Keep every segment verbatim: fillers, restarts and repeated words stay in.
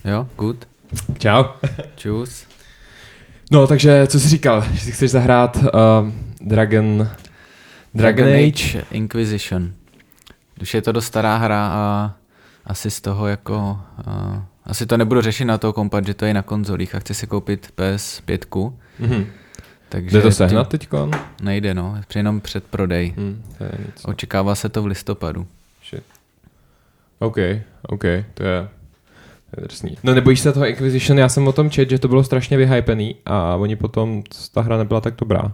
Jo, good. Čau. Čus. No, takže co jsi říkal? Že si chceš zahrát uh, Dragon... Dragon, Dragon Age? Age Inquisition. Už je to dost stará hra a asi z toho jako... Uh, asi to nebudu řešit na toho kompat, že to je na konzolích a chci si koupit P S pět. Mm-hmm. Takže jde to sehnat teďko? Nejde, no. Jenom předprodej. Hmm, to je nic. Očekává se to v listopadu. Shit. OK, OK, to je... To je drsný. No nebojíš se toho Inquisition? Já jsem o tom čet, že to bylo strašně vyhypený a oni potom, ta hra nebyla tak dobrá.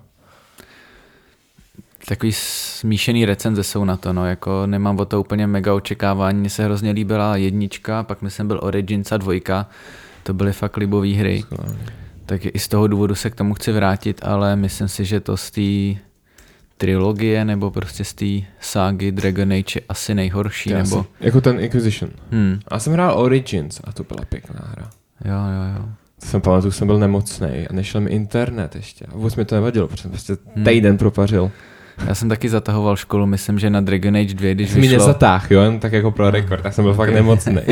Takový smíšený recenze jsou na to, no, jako nemám o to úplně mega očekávání, mně se hrozně líbila jednička, pak myslím byl Origins a dvojka, to byly fakt libové hry. Skvělý. Tak i z toho důvodu se k tomu chci vrátit, ale myslím si, že to z té trilogie nebo prostě z té ságy Dragon Age je asi nejhorší. Já nebo... jsem, jako ten Inquisition. Hmm. Já jsem hrál Origins a to byla pěkná hra. Jo, jo, jo. To jsem pamatuju, jsem byl nemocnej a nešel mi internet ještě. A vůbec mi to nevadilo, protože jsem prostě týden hmm. propařil. Já jsem taky zatahoval školu, myslím, že na Dragon Age dva, když vyšlo... vyšlo... mi nezatáh, jo, jen tak jako pro rekord. Já jsem byl okay. fakt nemocnej.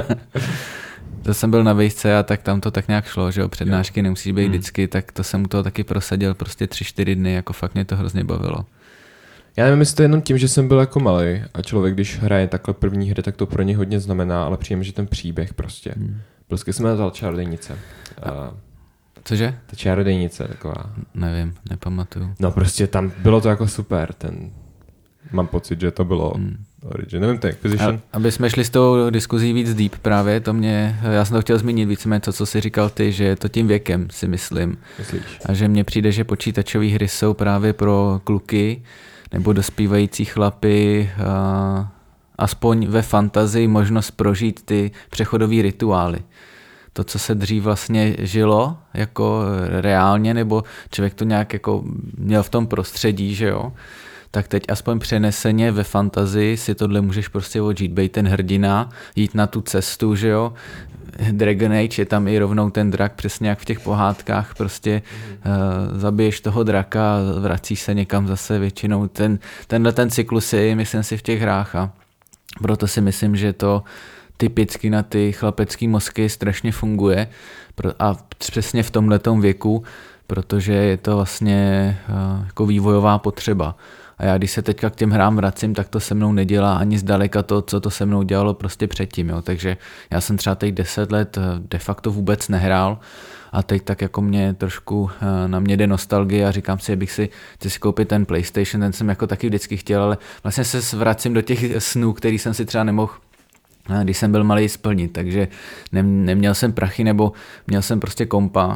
To jsem byl na vejšce a tak tam to tak nějak šlo, že jo, přednášky nemusí být hmm. vždycky, tak to jsem u toho taky prosadil prostě tři, čtyři dny, jako fakt mě to hrozně bavilo. Já nevím, jestli to je jenom tím, že jsem byl jako malý a člověk, když hraje takhle první hry, tak to pro ně hodně znamená, ale přijím, že ten příběh prostě. Hmm. Prostě jsem nazval Čarodejnice. A... Cože? Ta Čarodejnice taková. Nevím, nepamatuju. No prostě tam bylo to jako super, ten... Mám pocit, že to bylo hmm. Origin. Nevím, ten Inquisition. A, aby jsme šli s tou diskuzí víc deep právě, to mě, já jsem to chtěl zmínit víceméně to, co jsi říkal ty, že je to tím věkem, si myslím. Myslíš? A že mně přijde, že počítačové hry jsou právě pro kluky nebo dospívající chlapy a, aspoň ve fantazii možnost prožít ty přechodové rituály. To, co se dřív vlastně žilo jako reálně, nebo člověk to nějak jako měl v tom prostředí, že jo, tak teď aspoň přeneseně ve fantazii si tohle můžeš prostě odžít, bejt ten hrdina, jít na tu cestu, že jo. Dragon Age je tam i rovnou ten drak, přesně jak v těch pohádkách, prostě mm. uh, zabiješ toho draka a vracíš se někam zase většinou. Ten, tenhle ten cyklus je, myslím si, v těch hrách a proto si myslím, že to typicky na ty chlapecký mozky strašně funguje a přesně v tomhletom věku, protože je to vlastně uh, jako vývojová potřeba. A já když se teďka k těm hrám vracím, tak to se mnou nedělá ani zdaleka to, co to se mnou dělalo prostě předtím. Jo. Takže já jsem třeba teď deset let de facto vůbec nehrál a teď tak jako mě trošku na mě jde nostalgie a říkám si, že bych si, chci si koupit ten PlayStation, ten jsem jako taky vždycky chtěl, ale vlastně se vracím do těch snů, který jsem si třeba nemohl, když jsem byl malý, splnit. Takže neměl jsem prachy nebo měl jsem prostě kompa.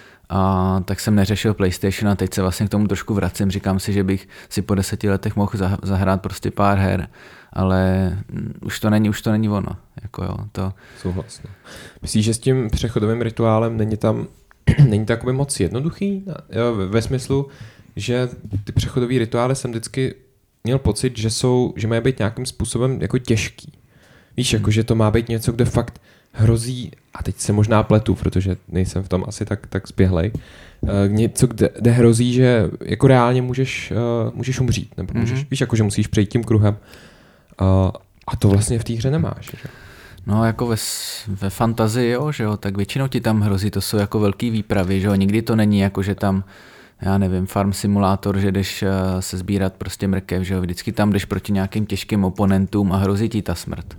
A tak jsem neřešil PlayStation a teď se vlastně k tomu trošku vracím. Říkám si, že bych si po deseti letech mohl zahrát prostě pár her, ale už to není, už to není ono. Jako jo, to... Souhlasně. Myslíš, že s tím přechodovým rituálem není tam, není to jakoby moc jednoduchý? Jo, ve smyslu, že ty přechodové rituály jsem vždycky měl pocit, že jsou, že mají být nějakým způsobem jako těžký. Víš, jako že to má být něco, kde fakt hrozí, a teď se možná pletu, protože nejsem v tom asi tak, tak zběhlej, uh, něco, kde, kde hrozí, že jako reálně můžeš, uh, můžeš umřít, nebo můžeš, mm-hmm. víš, jako že musíš přejít tím kruhem. Uh, a to vlastně v té hře nemáš, že? No jako ve, ve fantazii, jo, že jo, tak většinou ti tam hrozí, to jsou jako velký výpravy, že jo, nikdy to není jako, že tam, já nevím, farm simulátor, že jdeš uh, se sbírat prostě mrkev, že jo, vždycky tam jdeš proti nějakým těžkým oponentům a hrozí ti ta smrt.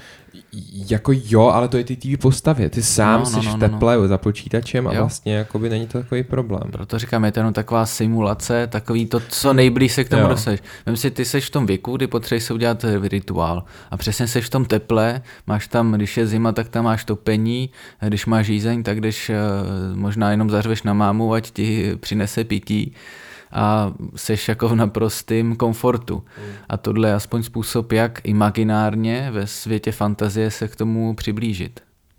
Jako jo, ale to je ty té postavě. Ty sám no, no, jsi no, v teple no. za počítačem a jo. vlastně jakoby není to takový problém. Proto říkám, je to jenom taková simulace, takový to, co nejblíž se k tomu dostaneš. Vem si, ty seš v tom věku, kdy potřebuješ se udělat rituál a přesně seš v tom teple, máš tam, když je zima, tak tam máš topení, když máš žízeň, tak jdeš možná jenom zařveš na mámu, ať ti přinese pití. A seš jako v naprostém komfortu. Mm. A tohle je aspoň způsob, jak imaginárně ve světě fantazie se k tomu přiblížit.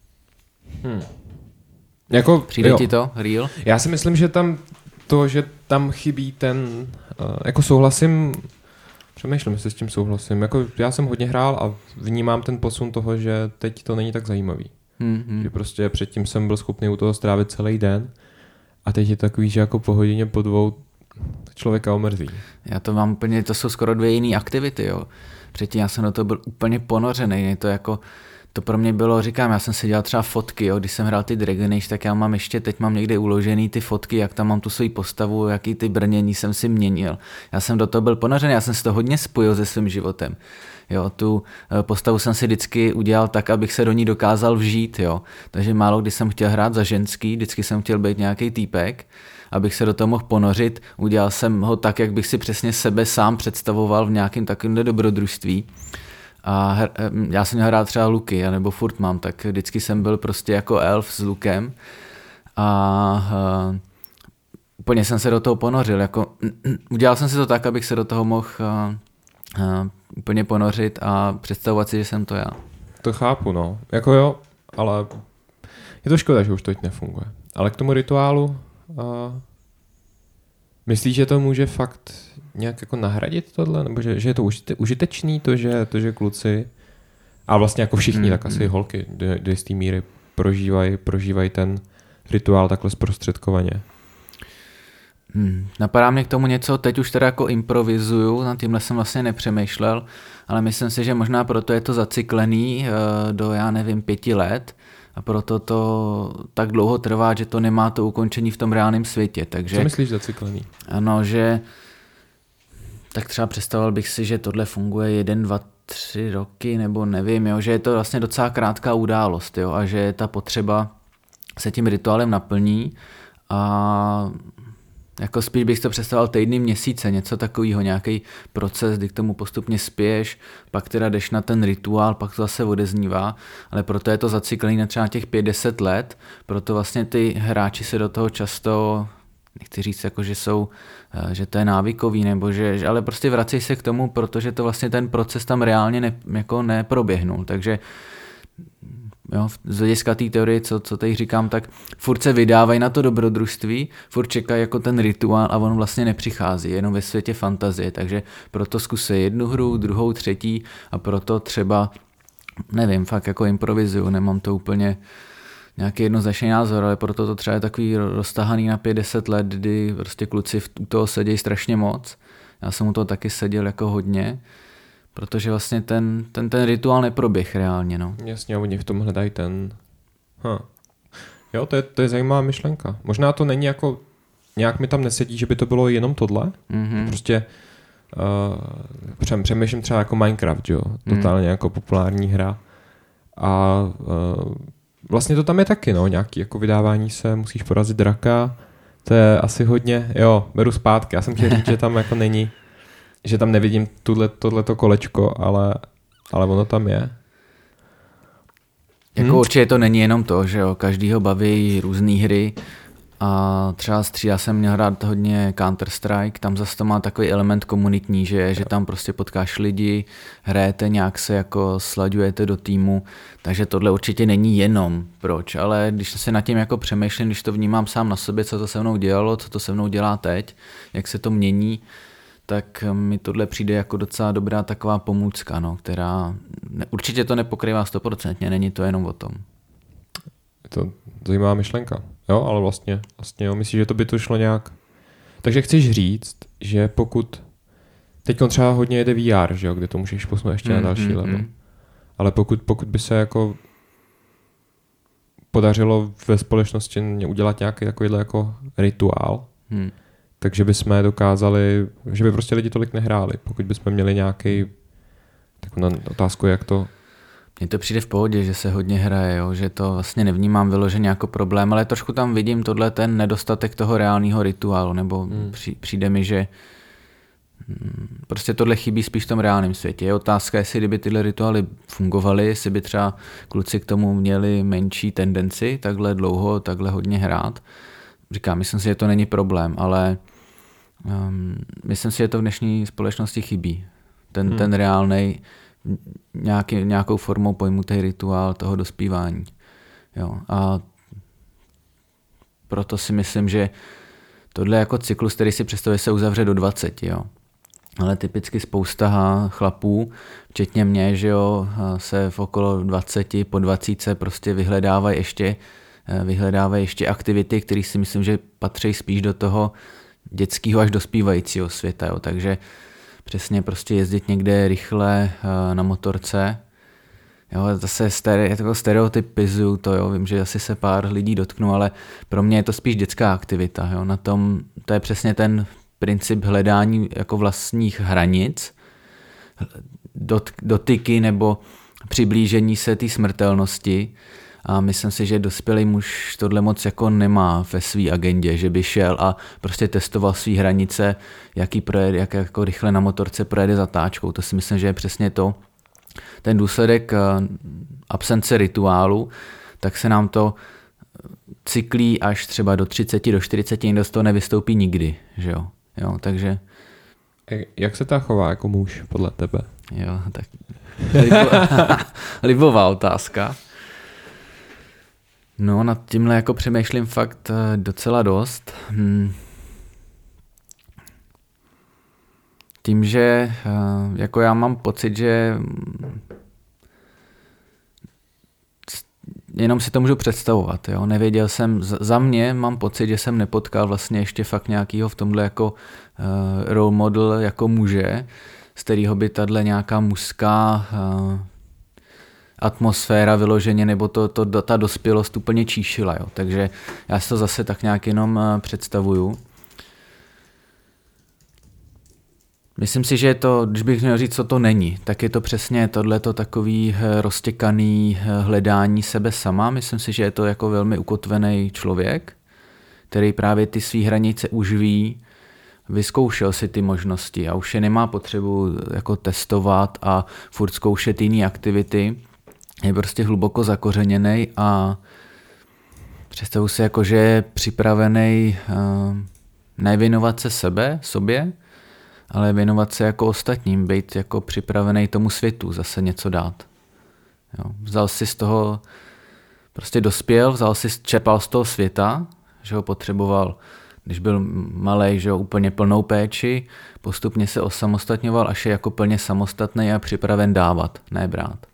Hmm. Jako, Přijde jo. ti to, real? Já si myslím, že tam to, že tam chybí ten, uh, jako souhlasím, přemýšlím, jestli s tím souhlasím. Jako já jsem hodně hrál a vnímám ten posun toho, že teď to není tak zajímavý. Hmm, hmm. Že prostě předtím jsem byl schopný u toho strávit celý den a teď je takový, že jako po hodině, po dvou člověka omrzí. Já to mám úplně, to jsou skoro dvě jiné aktivity, jo. Předtím já jsem do toho byl úplně ponořený, je to jako to pro mě bylo, říkám, já jsem si dělal třeba fotky, jo, když jsem hrál ty Dragon Age, tak já mám ještě, teď mám někde uložený ty fotky, jak tam mám tu svoji postavu, jaký ty brnění jsem si měnil. Já jsem do toho byl ponořený, já jsem si to hodně spojil se svým životem. Jo, tu postavu jsem si vždycky udělal tak, abych se do ní dokázal vžít, jo. Takže málo kdy jsem chtěl hrát za ženský, vždycky jsem chtěl být nějaký týpek, abych se do toho mohl ponořit. Udělal jsem ho tak, jak bych si přesně sebe sám představoval v nějakém takovémhle dobrodružství. A hr- já jsem měl hrát třeba luky, nebo furt mám, tak vždycky jsem byl prostě jako elf s lukem a uh, úplně jsem se do toho ponořil. Jako, udělal jsem si to tak, abych se do toho mohl uh, uh, úplně ponořit a představovat si, že jsem to já. To chápu, no. Jako jo, ale je to škoda, že už to teď nefunguje. Ale k tomu rituálu uh, myslíš, že to může fakt nějak jako nahradit tohle? Nebo že, že je to užite, užitečný to že, to, že kluci a vlastně jako všichni, mm, tak asi mm. holky do, do jisté míry prožívají prožívaj ten rituál takhle zprostředkovaně. Hmm. Napadá mě k tomu něco, teď už teda jako improvizuju, nad tímhle jsem vlastně nepřemýšlel, ale myslím si, že možná proto je to zacyklený do, já nevím, pěti let a proto to tak dlouho trvá, že to nemá to ukončení v tom reálném světě. Takže, co myslíš zacyklený? Ano, že tak třeba představoval bych si, že tohle funguje jeden, dva, tři roky, nebo nevím, jo, že je to vlastně docela krátká událost, jo, a že ta potřeba se tím rituálem naplní a jako spíš bych to představoval týdny, měsíce, něco takového, nějaký proces, kdy k tomu postupně spěješ, pak teda jdeš na ten rituál, pak to zase odeznívá, ale proto je to zacyklený na třeba těch pět deset let, proto vlastně ty hráči se do toho často, nechci říct, jako, že jsou, že to je návykový, nebo že, ale prostě vracej se k tomu, protože to vlastně ten proces tam reálně ne, jako neproběhnul, takže jo, z hlediska té teorie, co, co teď říkám, tak furt se vydávají na to dobrodružství, furt čekají jako ten rituál a on vlastně nepřichází, jenom ve světě fantazie, takže proto zkusí jednu hru, druhou, třetí a proto třeba, nevím, fakt jako improvizuju, nemám to úplně nějaký jednoznačný názor, ale proto to třeba je takový roztahaný na pět deset let, kdy prostě kluci u toho sedějí strašně moc, já jsem u toho taky seděl jako hodně, protože vlastně ten, ten, ten rituál neproběh reálně, no. Jasně, oni v tom hledají ten... Huh. Jo, to je, to je zajímavá myšlenka. Možná to není jako... Nějak mi tam nesedí, že by to bylo jenom tohle. Mm-hmm. Prostě uh, přemýšlím třeba jako Minecraft, jo. Totálně mm. jako populární hra. A uh, vlastně to tam je taky, no. Nějaký jako vydávání se, musíš porazit draka. To je asi hodně... Jo, beru zpátky. Já jsem chtěl říct, že tam jako není... že tam nevidím tuhle, tohleto kolečko, ale, ale ono tam je. Jako hmm? Určitě to není jenom to, že jo, každýho baví různé hry a třeba střídá jsem měl hrát hodně Counter-Strike, tam zase to má takový element komunitní, že, že tam prostě potkáš lidi, hrajete, nějak se jako slaďujete do týmu, takže tohle určitě není jenom proč, ale když se nad tím jako přemýšlím, když to vnímám sám na sobě, co to se mnou dělalo, co to se mnou dělá teď, jak se to mění, tak mi tohle přijde jako docela dobrá taková pomůcka, no, která ne, určitě to nepokrývá stoprocentně, není to jenom o tom. Je to zajímavá myšlenka, jo, ale vlastně, vlastně jo, myslím, že to by to šlo nějak. Takže chceš říct, že pokud, teď třeba hodně jede V R, že jo, kde to můžeš posunout ještě mm, na další mm, level, mm. ale pokud, pokud by se jako podařilo ve společnosti udělat nějaký takovýhle jako rituál, mm. takže bychom dokázali, že by prostě lidi tolik nehráli, pokud bychom měli nějaký, tak na otázku, jak to... Mně to přijde v pohodě, že se hodně hraje, jo? Že to vlastně nevnímám vyloženě jako problém, ale trošku tam vidím tohle ten nedostatek toho reálného rituálu, nebo hmm. přijde mi, že prostě tohle chybí spíš v tom reálném světě. Je otázka, jestli kdyby tyhle rituály fungovaly, jestli by třeba kluci k tomu měli menší tendenci takhle dlouho, takhle hodně hrát. Říkám, myslím si, že to není problém, ale um, myslím si, že to v dnešní společnosti chybí. Ten, hmm. ten reálnej nějaký, nějakou formou pojmutý rituál toho dospívání. Jo. A proto si myslím, že tohle je jako cyklus, který si představuje, se uzavře do dvaceti. Jo. Ale typicky spousta chlapů, včetně mě, že jo, se v okolo dvaceti, po dvacítce prostě vyhledávají ještě vyhledávají ještě aktivity, které si myslím, že patří spíš do toho dětského až dospívajícího světa. Jo. Takže přesně prostě jezdit někde rychle na motorce. Jo, zase stere, jako stereotypizuju to, jo, vím, že asi se pár lidí dotknu, ale pro mě je to spíš dětská aktivita. Jo. Na tom, to je přesně ten princip hledání jako vlastních hranic, dot, dotyky nebo přiblížení se té smrtelnosti. A myslím si, že dospělý muž tohle moc jako nemá ve své agendě, že by šel a prostě testoval své hranice, jaký projede, jak jako rychle na motorce projede zatáčkou. To si myslím, že je přesně to. Ten důsledek absence rituálu, tak se nám to cyklí až třeba do třicet, do čtyřicet, někdo z toho nevystoupí nikdy. Že jo? Jo, takže... Jak se ta chová jako muž podle tebe? Jo, tak libo... libová otázka. No, nad tímhle jako přemýšlím fakt docela dost. Hmm. Tím, že jako já mám pocit, že jenom si to můžu představovat. Jo? Nevěděl jsem, za mě mám pocit, že jsem nepotkal vlastně ještě fakt nějakýho v tomhle jako uh, role model jako muže, z kterého by tahle nějaká mužská uh, atmosféra vyloženě, nebo to, to, ta dospělost úplně číšila. Jo? Takže já si to zase tak nějak jenom uh, představuju. Myslím si, že je to, když bych měl říct, co to není, tak je to přesně tohleto takový roztěkaný hledání sebe sama. Myslím si, že je to jako velmi ukotvený člověk, který právě ty svý hranice už ví, vyzkoušel si ty možnosti a už je nemá potřebu jako testovat a furt zkoušet jiné aktivity. Je prostě hluboko zakořeněnej a představuji si jako, že je připravený uh, nevěnovat se sebe, sobě, ale věnovat se jako ostatním, být jako připravený tomu světu, zase něco dát. Jo. Vzal si z toho, prostě dospěl, vzal si, čerpal z toho světa, že ho potřeboval, když byl malej, že ho úplně plnou péči, postupně se osamostatňoval, až je jako plně samostatný a připraven dávat, ne brát.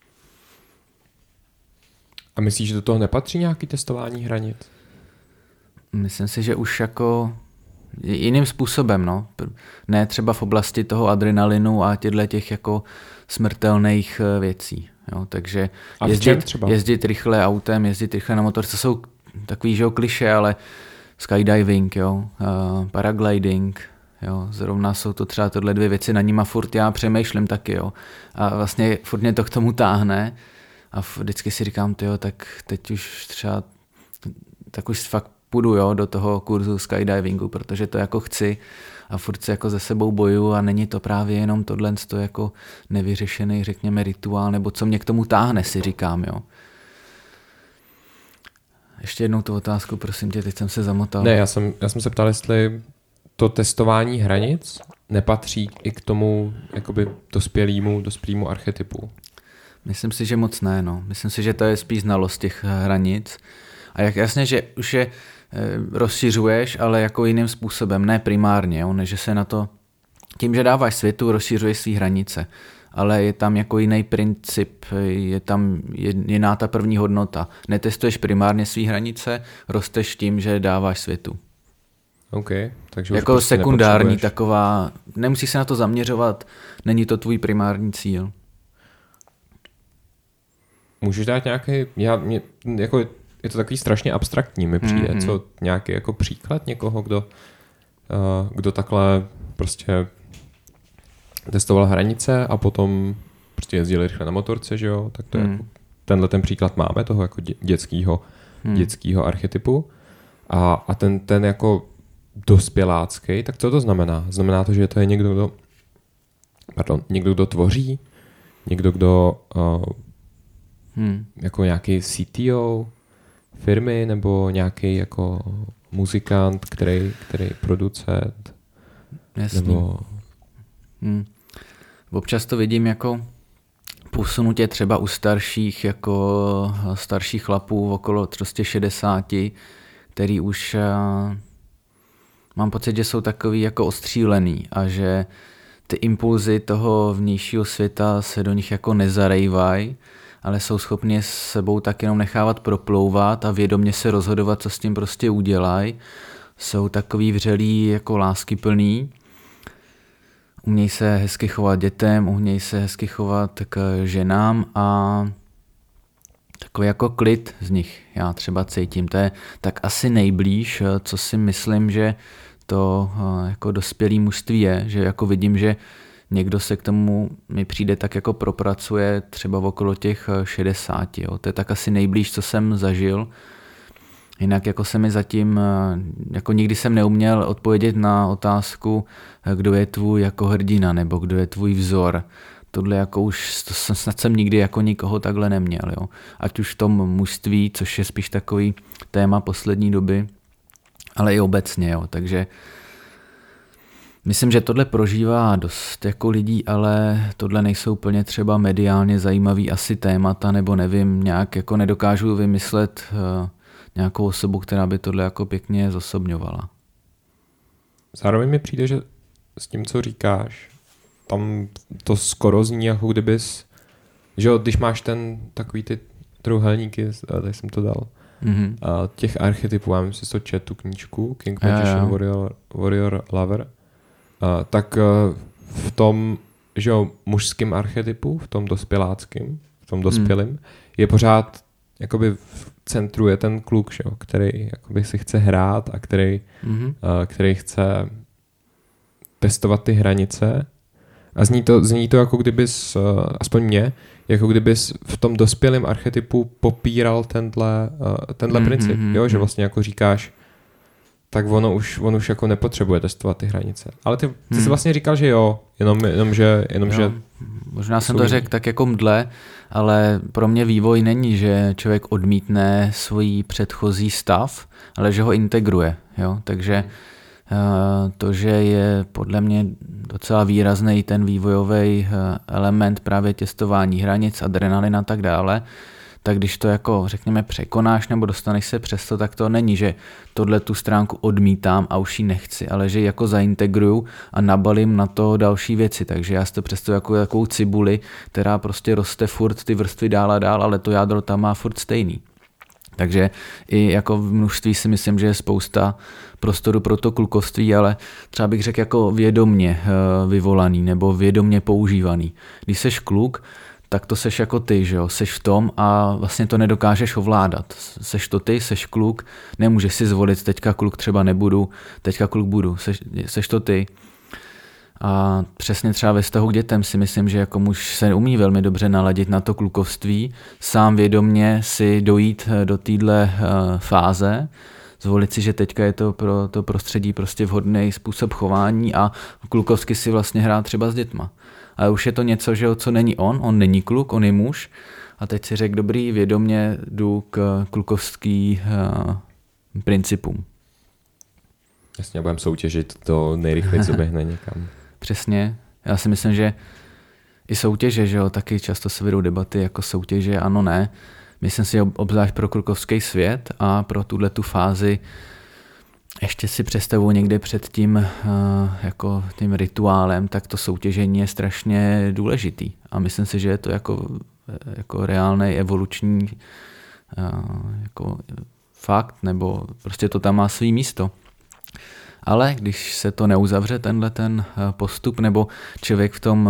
A myslíš, že do toho nepatří nějaký testování hranic? Myslím si, že už jako jiným způsobem, no. Ne třeba v oblasti toho adrenalinu a těchto těch jako smrtelných věcí. Jo. Takže jezdit, jezdit rychle autem, jezdit rychle na motorce, jsou takový, že jo, kliše, ale skydiving, jo, uh, paragliding, jo, zrovna jsou to třeba tohle dvě věci, na nima furt já přemýšlím taky, jo. A vlastně furt mě to k tomu táhne a vždycky si říkám, tyjo, tak teď už třeba, tak už fakt půjdu, jo, do toho kurzu skydivingu, protože to jako chci a furt se jako ze sebou bojuju a není to právě jenom tohle to jako nevyřešený, řekněme, rituál, nebo co mě k tomu táhne, si říkám, jo. Ještě jednou tu otázku, prosím tě, teď jsem se zamotal. Ne, já jsem, já jsem se ptal, jestli to testování hranic nepatří i k tomu jakoby dospělému, dospělému archetypu. Myslím si, že moc ne, no. Myslím si, že to je spíš znalost těch hranic. A jak jasně, že už je e, rozšiřuješ, ale jako jiným způsobem, ne primárně, jo? Ne, že se na to, tím, že dáváš světu, rozšiřuješ svý hranice, ale je tam jako jiný princip, je tam jiná ta první hodnota. Netestuješ primárně svý hranice, rosteš tím, že dáváš světu. OK, takže jako prostě sekundární taková, nemusíš se na to zaměřovat, není to tvůj primární cíl. Můžeš dát nějaký, já, mě, jako je to takový strašně abstraktní, mi přijde, mm-hmm. co nějaký jako příklad někoho, kdo, uh, kdo takhle prostě testoval hranice a potom prostě jezdili rychle na motorce, že jo, tak to mm. jako, tenhle ten příklad máme, toho jako dě, dětskýho, mm. dětskýho archetypu a, a ten, ten jako dospělácký, tak co to znamená? Znamená to, že to je někdo, kdo pardon, někdo, kdo tvoří, někdo, kdo uh, hmm. jako nějaký C T O firmy nebo nějaký jako muzikant, který, který producent. Jasný. Nebo... Hmm. Občas to vidím jako posunutě třeba u starších jako starších chlapů okolo prostě šedesáti, který už mám pocit, že jsou takový jako ostřílený a že ty impulzy toho vnějšího světa se do nich jako nezarejvají, ale jsou schopni s sebou tak jenom nechávat proplouvat a vědomě se rozhodovat, co s tím prostě udělají. Jsou takový vřelí jako láskyplný. umějí se hezky chovat dětem, umějí se hezky chovat k ženám a takový jako klid z nich já třeba cítím. To je tak asi nejblíž, co si myslím, že to jako dospělý mužství je, že jako vidím, že někdo se k tomu mi přijde tak jako propracuje třeba okolo těch šedesáti. Jo. To je tak asi nejblíž, co jsem zažil. Jinak jako se mi zatím, jako nikdy jsem neuměl odpovědět na otázku, kdo je tvůj jako hrdina nebo kdo je tvůj vzor. Tohle jako už, to jsem, snad jsem nikdy jako nikoho takhle neměl. Jo. Ať už v tom mužství, což je spíš takový téma poslední doby, ale i obecně. Jo. Takže myslím, že tohle prožívá dost jako lidí, ale tohle nejsou úplně třeba mediálně zajímavý asi témata, nebo nevím, nějak jako nedokážu vymyslet uh, nějakou osobu, která by tohle jako pěkně zosobňovala. Zároveň mi přijde, že s tím, co říkáš, tam to skoro zní, jako kdybys, že jo, když máš ten takový ty trojúhelníky, tak jsem to dal, mm-hmm. a těch archetypů, já myslím, že to čet tu knížku, King Magician, Warrior, Warrior Lover, a tak v tom, že jo, mužském archetypu, v tom dospěláckém, v tom dospělém, mm. je pořád jakoby v centru je ten kluk, že jo, který jakoby si chce hrát a který, mm-hmm. a, který chce testovat ty hranice. A zní to, zní to jako kdybys, aspoň mě, jako kdybys v tom dospělém archetypu popíral tenhle, tenhle mm-hmm. princip, jo? Že vlastně jako říkáš, tak ono už, on už jako nepotřebuje testovat ty hranice. Ale ty, ty hmm. jsi vlastně říkal, že jo, jenom, jenom že... Jenom, jo, že možná jsem to řekl tak jako mdle, ale pro mě vývoj není, že člověk odmítne svůj předchozí stav, ale že ho integruje. Jo? Takže to, že je podle mě docela výrazný ten vývojový element právě testování hranic, adrenalin a tak dále, tak když to jako řekněme překonáš nebo dostaneš se přes to, tak to není, že tohle tu stránku odmítám a už ji nechci, ale že ji jako zaintegruju a nabalím na to další věci, takže já si to představuji jako takovou cibuli, která prostě roste furt ty vrstvy dál a dál, ale to jádro tam má furt stejný. Takže i jako v množství si myslím, že je spousta prostoru pro to klukovství, ale třeba bych řekl jako vědomně vyvolaný nebo vědomně používaný. Když seš kluk, tak to seš jako ty, že jo, seš v tom a vlastně to nedokážeš ovládat. Seš to ty, seš kluk, nemůžeš si zvolit, teďka kluk třeba nebudu, teďka kluk budu, seš, seš to ty. A přesně třeba ve vztahu k dětem si myslím, že jako muž se umí velmi dobře naladit na to klukovství, sám vědomně si dojít do téhle fáze, zvolit si, že teďka je to pro to prostředí prostě vhodný způsob chování a klukovsky si vlastně hrát třeba s dětma. Ale už je to něco, že co není on, on není kluk, on je muž a teď si řekl, dobrý, vědomě jdu k klukovský uh, principům. Jasně, budeme soutěžit to nejrychleji, co běhne někam. Přesně, já si myslím, že i soutěže, že jo, taky často se vedou debaty jako soutěže, ano, ne. Myslím si, obzvlášť pro klukovský svět a pro tuhle tu fázi ještě si představuji někde před tím, jako tím rituálem, tak to soutěžení je strašně důležitý. A myslím si, že je to jako, jako reálný evoluční jako fakt, nebo prostě to tam má svý místo. Ale když se to neuzavře, tenhle ten postup, nebo člověk v tom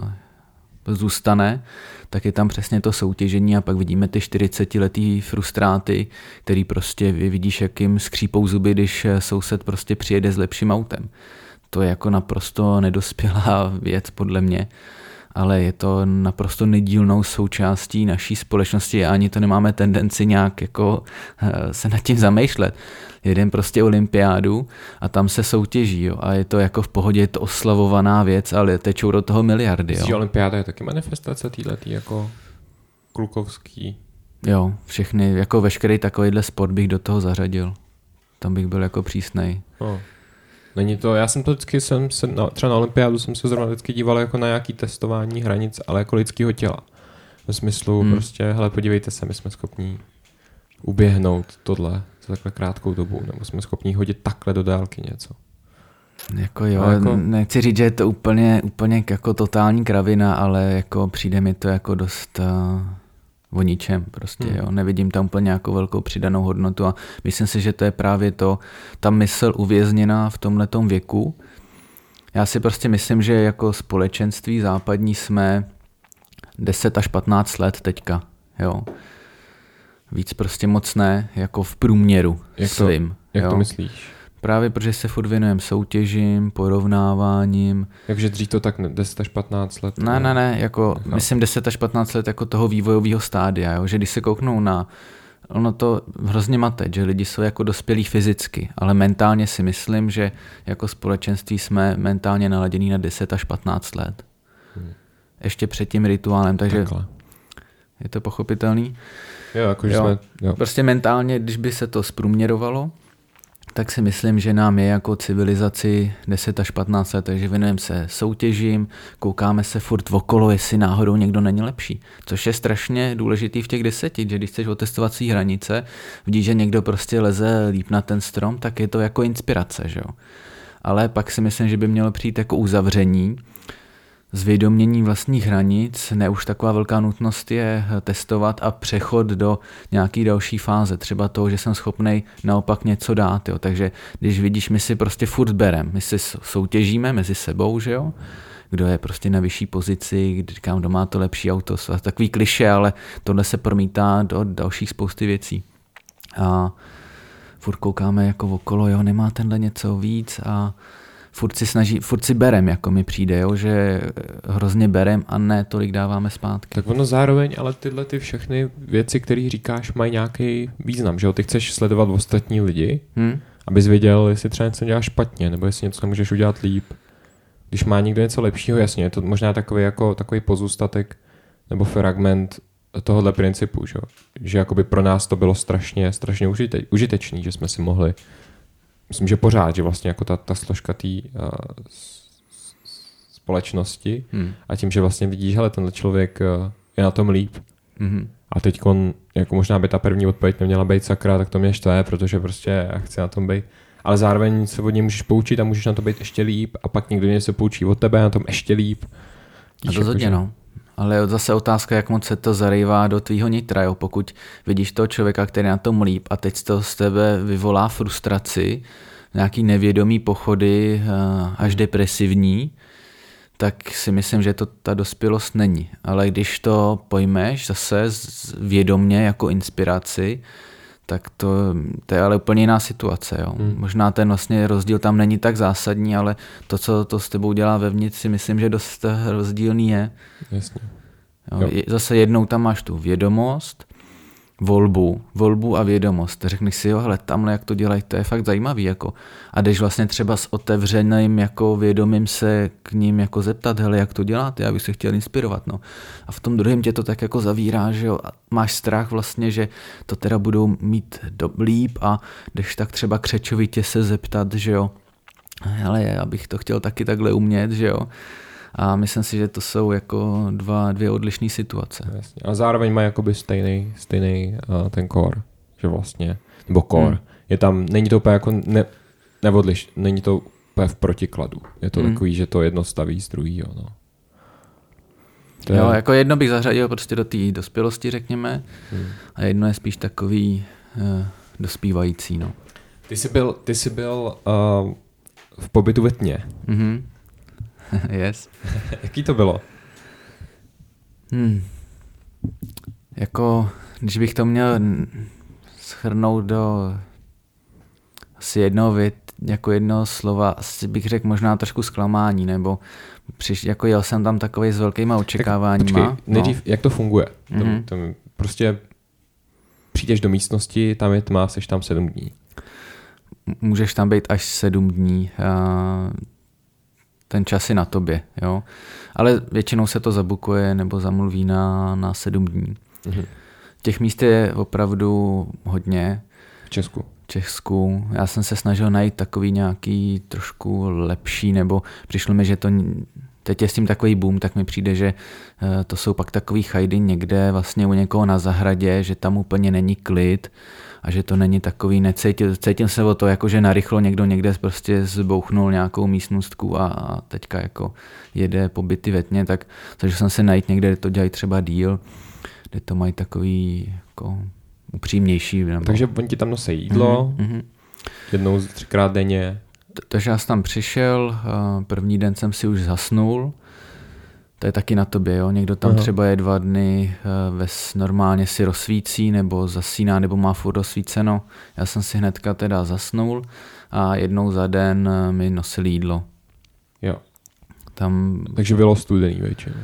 zůstane, tak je tam přesně to soutěžení a pak vidíme ty čtyřicetiletý frustráty, který prostě vidíš, jak jim skřípou zuby, když soused prostě přijede s lepším autem. To je jako naprosto nedospělá věc podle mě, ale je to naprosto nedílnou součástí naší společnosti a ani to nemáme tendenci nějak jako se nad tím zamýšlet. Jedem prostě olympiádu a tam se soutěží, jo, a je to jako v pohodě, je to oslavovaná věc, ale tečou do toho miliardy. Myslíš, že olympiáda je taky manifestace týhletý jako klukovský? Jo, všechny, jako veškerý takovýhle sport bych do toho zařadil. Tam bych byl jako přísnej. Oh. Není to, já jsem to vždycky, jsem se, no, třeba na olympiádu jsem se zrovna vždycky díval jako na nějaký testování hranic, ale jako lidského těla. V smyslu hmm. prostě, hele, podívejte se, my jsme schopní uběhnout tohle za takhle krátkou dobu, nebo jsme schopní hodit takhle do dálky něco. Jako jo, jako... nechci říct, že je to úplně, úplně jako totální kravina, ale jako přijde mi to jako dost uh, o ničem prostě, hmm. jo. Nevidím tam úplně nějakou velkou přidanou hodnotu a myslím si, že to je právě to, ta mysl uvězněná v tomhletom věku, Já si prostě myslím, že jako společenství západní jsme deset až patnáct let teďka, jo. Víc prostě moc ne, jako v průměru jak to, svým. Jak jo? to myslíš? Právě protože se furt věnujeme soutěžím, porovnáváním. Takže dřív to tak deset až patnáct let? Ne, ne, ne, jako Nechám. myslím deset až patnáct let jako toho vývojového stádia, jo? Že když se kouknou na, ono to hrozně mate, že lidi jsou jako dospělí fyzicky, ale mentálně si myslím, že jako společenství jsme mentálně naladění na deset až patnáct let. Hmm. Ještě před tím rituálem, takže Takhle. je to pochopitelný. Jo, jakože jo. jsme... Jo. Prostě mentálně, když by se to zprůměrovalo, tak si myslím, že nám je jako civilizaci deset až patnáct let, takže věnujeme se soutěžím, koukáme se furt okolo, jestli náhodou někdo není lepší. Což je strašně důležitý v těch deseti, že když chceš otestovat svý hranice, vidíš, že někdo prostě leze líp na ten strom, tak je to jako inspirace, že jo. Ale pak si myslím, že by mělo přijít jako uzavření, zvědomění vlastních hranic, ne už taková velká nutnost je testovat a přechod do nějaký další fáze, třeba toho, že jsem schopnej naopak něco dát, jo. Takže když vidíš, my si prostě furt berem, my si soutěžíme mezi sebou, že jo, kdo je prostě na vyšší pozici, když říkám, kdo má to lepší auto, takový kliše, ale tohle se promítá do dalších spousty věcí. A furt koukáme jako okolo, jo, nemá tenhle něco víc a furt si snaží, furt si berem, jako mi přijde, jo, že hrozně berem a ne tolik dáváme zpátky. Tak ono zároveň, ale tyhle ty všechny věci, které říkáš, mají nějaký význam, že jo? Ty chceš sledovat ostatní lidi, hmm. abys věděl, jestli třeba něco děláš špatně, nebo jestli něco nemůžeš udělat líp. Když má někdo něco lepšího, jasně, je to možná takový, jako, takový pozůstatek nebo fragment tohohle principu, že jo? Že jakoby pro nás to bylo strašně, strašně užite, užitečný, že jsme si mohli. Myslím, že pořád, že vlastně jako ta, ta složka té uh, společnosti hmm. a tím, že vlastně vidíš, hele, tenhle člověk uh, je na tom líp. Hmm. A teď jako možná by ta první odpověď neměla být sakra, tak to mě štve, protože prostě já chci na tom být. Ale zároveň se od něj můžeš poučit a můžeš na to být ještě líp a pak někdo něco poučí od tebe a na tom ještě líp. A to rozhodně, no. Ale zase otázka, jak moc se to zarývá do tvýho nitra, jo. Pokud vidíš toho člověka, který je na tom líp a teď to z tebe vyvolá frustraci, nějaký nevědomý pochody až depresivní, tak si myslím, že to ta dospělost není. Ale když to pojmeš zase vědomně jako inspiraci, tak to, to je ale úplně jiná situace. Jo. Hmm. Možná ten vlastně rozdíl tam není tak zásadní, ale to, co to s tebou dělá vevnitř, si myslím, že dost rozdílný je. Jasně. Jo. Jo. Zase jednou tam máš tu vědomost, volbu, volbu a vědomost. Řekneš si, jo, hele, tamhle jak to dělají, to je fakt zajímavý. Jako. A jdeš vlastně třeba s otevřeným jako vědomím se k ním jako zeptat, hele, jak to děláte, já bych se chtěl inspirovat. No. A v tom druhém tě to tak jako zavírá, že jo, a máš strach vlastně, že to teda budou mít do, líp a jdeš tak třeba křečovitě se zeptat, že jo, hele, já bych to chtěl taky takhle umět, že jo. A myslím si, že to jsou jako dva, dvě odlišné situace. Jasně. A zároveň má jakoby stejný, stejný uh, ten core, že vlastně, nebo core. Hmm. Je tam, není to úplně jako ne, neodliš, není to úplně v protikladu. Je to hmm. takový, že to jedno staví z druhýho, no. To jo, je... jako jedno bych zařadil prostě do té dospělosti, řekněme, hmm. a jedno je spíš takový uh, dospívající, no. Ty jsi byl, ty jsi byl uh, v pobytu ve tmě. Mhm. Yes. Jaký to bylo? Hmm. Jako, když bych to měl shrnout do asi jednoho vět, jako jednoho slova, asi bych řekl možná trošku zklamání, nebo přiš, jako jel jsem tam takovej s velkýma očekáváníma. Tak počkej, nejdřív, no. Jak to funguje? Mm-hmm. To, to prostě přijdeš do místnosti, tam je tma, seš tam sedm dní. Můžeš tam být až sedm dní. A ten čas je na tobě, jo. Ale většinou se to zabukuje nebo zamluví na, na sedm dní. Mm-hmm. Těch míst je opravdu hodně. V Česku? V Česku. Já jsem se snažil najít takový nějaký trošku lepší, nebo přišlo mi, že to teď je s tím takový boom, tak mi přijde, že to jsou pak takový chajdy někde vlastně u někoho na zahradě, že tam úplně není klid a že to není takový, necítil, cítil se o to, jako že narychlo někdo někde prostě zbouchnul nějakou místnostku a, a teďka jako jede pobyty ve tmě, tak takže jsem se najít někde, kde to dělají třeba díl, kde to mají takový jako upřímnější. Nebo... Takže oni ti tam nosí jídlo, mm-hmm. jednou třikrát denně takže já jsem tam přišel, první den jsem si už zasnul, to je taky na tobě, jo? Někdo tam Aha. třeba je dva dny ves, normálně si rozsvící nebo zasíná, nebo má furt rozsvíceno. Já jsem si hnedka teda zasnul a jednou za den mi nosili jídlo. Jo. Tam... Takže bylo studený většinou.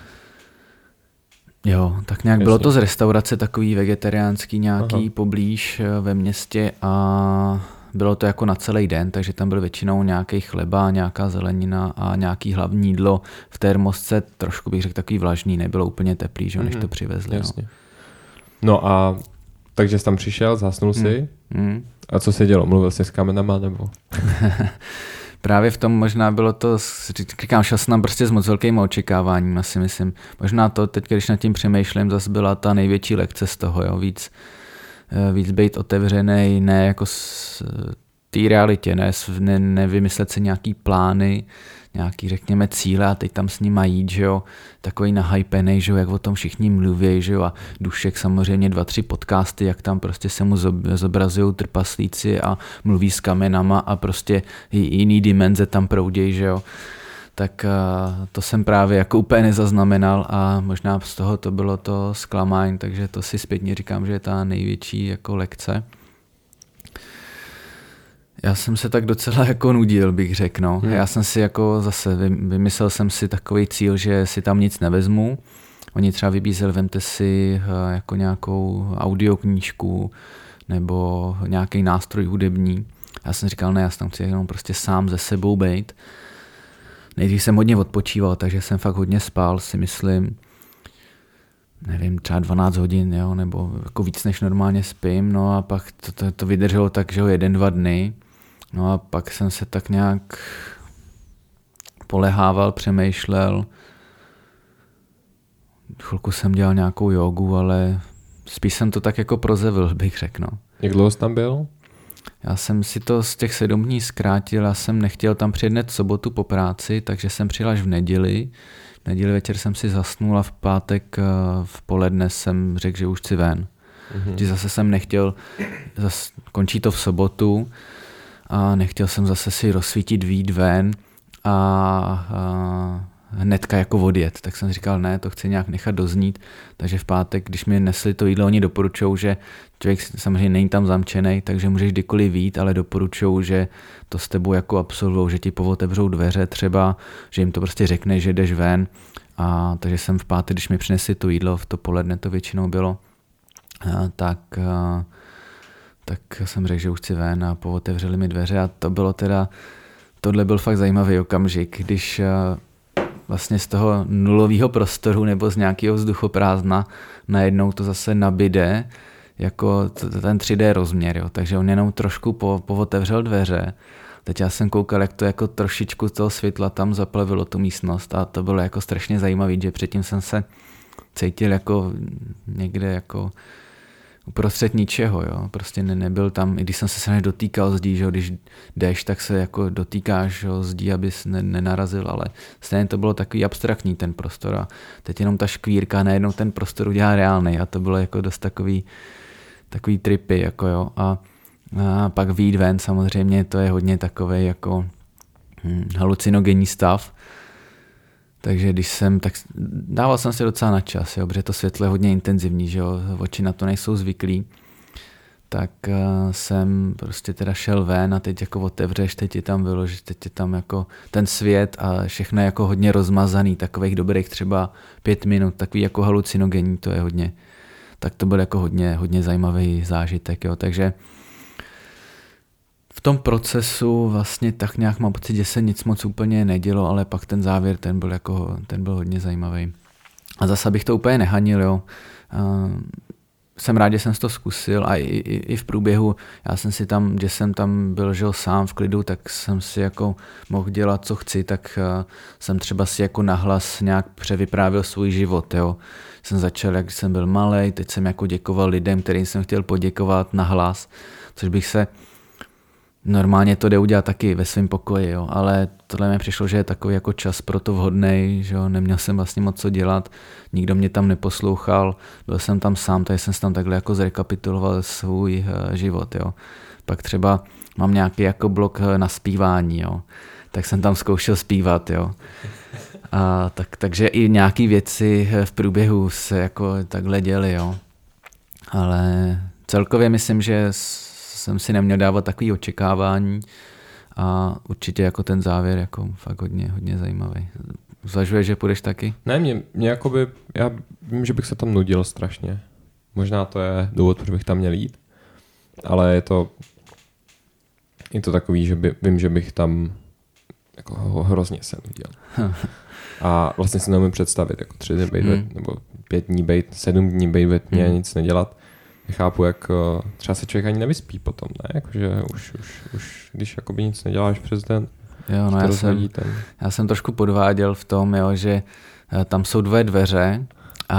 Jo, tak nějak Jasně. Bylo to z restaurace takový vegetariánský nějaký Aha. poblíž ve městě a bylo to jako na celý den, takže tam byl většinou nějaký chleba, nějaká zelenina a nějaký hlavní jídlo v termosce, trošku bych řekl takový vlažný, nebylo úplně teplý, že, mm-hmm. než to přivezli. Jasně. No. no a takže jsi tam přišel, zasnul si mm. a co se dělo? Mluvil jsi s kamenama nebo? Právě v tom možná bylo to, říkám, šel jsem tam prostě s moc velkými očekáváním, asi myslím. Možná to teď, když nad tím přemýšlím, zase byla ta největší lekce z toho, jo, víc, víc být otevřený, ne jako s té realitě, ne, ne, nevymyslet si nějaký plány, nějaký, řekněme, cíle a teď tam s nima jít, že jo, takový nahypený, že jo, jak o tom všichni mluví, že jo, a Dušek samozřejmě dva, tři podcasty, jak tam prostě se mu zobrazují trpaslíci a mluví s kamenama a prostě jiný dimenze tam proudějí, že jo. Tak to jsem právě jako úplně nezaznamenal a možná z toho to bylo to zklamání, takže to si zpětně říkám, že je ta největší jako lekce. Já jsem se tak docela jako nudil, bych řekl. No. Hmm. Já jsem si jako zase vymyslel jsem si takový cíl, že si tam nic nevezmu. Oni třeba vybízeli, vemte si jako nějakou audioknížku nebo nějaký nástroj hudební. Já jsem říkal, ne, já jsem tam chci jenom prostě sám ze sebou bejt. Nejdřív jsem hodně odpočíval, takže jsem fakt hodně spál, si myslím. Nevím, třeba dvanáct hodin, jo, nebo jako víc než normálně spím. No a pak to, to, to vydrželo tak, že jo, jeden, dva dny. No a pak jsem se tak nějak polehával, přemýšlel. Chvilku jsem dělal nějakou jogu, ale spíš jsem to tak jako prozevil, bych řekl. No. Jak dlouho jsi tam byl? Já jsem si to z těch sedm dní zkrátil, já jsem nechtěl tam přijet hned v sobotu po práci, takže jsem přijel až v neděli. V neděli večer jsem si zasnul a v pátek v poledne jsem řekl, že už chci ven. Mm-hmm. Že zase jsem nechtěl, zase končí to v sobotu, a nechtěl jsem zase si rozsvítit, vyjít ven a, a hnedka jako odjet. Tak jsem říkal, ne, to chci nějak nechat doznít. Takže v pátek, když mi nesli to jídlo, oni doporučují, že člověk samozřejmě není tam zamčený, takže můžeš kdykoliv vyjít, ale doporučují, že to s tebou jako absolvujou, že ti povotevřou dveře třeba, že jim to prostě řekne, že jdeš ven. A takže jsem v pátek, když mi přinesli to jídlo, v to poledne to většinou bylo, a, tak... A, tak jsem řekl, že už chci ven a pootevřeli mi dveře a to bylo teda, tohle byl fakt zajímavý okamžik, když vlastně z toho nulového prostoru nebo z nějakého vzduchoprázdna najednou to zase nabide jako ten tři dé rozměr, jo. Takže on jenom trošku po, pootevřel dveře. Teď já jsem koukal, jak to jako trošičku toho světla tam zaplavilo tu místnost a to bylo jako strašně zajímavý, že předtím jsem se cítil jako někde jako uprostřed ničeho, jo. Prostě ne, nebyl tam, i když jsem se se dotýkal zdí, že jo, když jdeš, tak se jako dotýkáš jo, zdí, abys ne, nenarazil, ale stejně to bylo takový abstraktní ten prostor a teď jenom ta škvírka najednou ten prostor udělá reálnej a to bylo jako dost takový, takový tripy, jako jo. A, a pak vyjít ven, samozřejmě to je hodně takovej jako hm, halucinogenní stav. Takže když jsem, tak dával jsem se docela na čas, jo, protože to světlo je hodně intenzivní, že jo, oči na to nejsou zvyklí. Tak uh, jsem prostě teda šel ven a teď jako otevřeš, teď je tam vyložit, teď je tam jako ten svět a všechno je jako hodně rozmazaný, takových dobrých třeba pět minut, takový jako halucinogenní, to je hodně, tak to byl jako hodně, hodně zajímavý zážitek, jo, takže v tom procesu vlastně tak nějak mám pocit, že se nic moc úplně nedělo, ale pak ten závěr, ten byl, jako, ten byl hodně zajímavý. A zase bych to úplně nehanil, jo. Uh, jsem rád, že jsem to zkusil a i, i, i v průběhu, já jsem si tam, že jsem tam byl žil sám v klidu, tak jsem si jako mohl dělat, co chci, tak uh, jsem třeba si jako nahlas nějak převyprávěl svůj život, jo. Jsem začal, jak jsem byl malej, teď jsem jako děkoval lidem, kterým jsem chtěl poděkovat nahlas, což bych se normálně to jde udělat taky ve svém pokoji, jo, ale tohle mi přišlo, že je takový jako čas pro to vhodnej, že jo, neměl jsem vlastně moc co dělat, nikdo mě tam neposlouchal, byl jsem tam sám, takže jsem si tam takhle jako zrekapituloval svůj uh, život, jo. Pak třeba mám nějaký jako blok na zpívání, jo. Tak jsem tam zkoušel zpívat, jo. A tak, takže i nějaký věci v průběhu se jako takhle děly, jo. Ale celkově myslím, že jsem si neměl dávat takový očekávání a určitě jako ten závěr jako fakt hodně, hodně zajímavý. Zvažuješ, že půjdeš taky? Ne, mě, mě jakoby, já vím, že bych se tam nudil strašně. Možná to je důvod, proč bych tam měl jít, ale je to je to takový, že by, vím, že bych tam jako hrozně se nudil. A vlastně si neumím představit, jako tři dny bejt, hmm. nebo pět dní bejt, sedm dní bejt ve tmě, hmm. nic nedělat. Chápu, jak třeba se člověk ani nevyspí potom, ne? Jakože už, už, už když jakoby nic neděláš přes den, jo, no já, jsem, ten... já jsem trošku podváděl v tom, jo, že tam jsou dvě dveře a,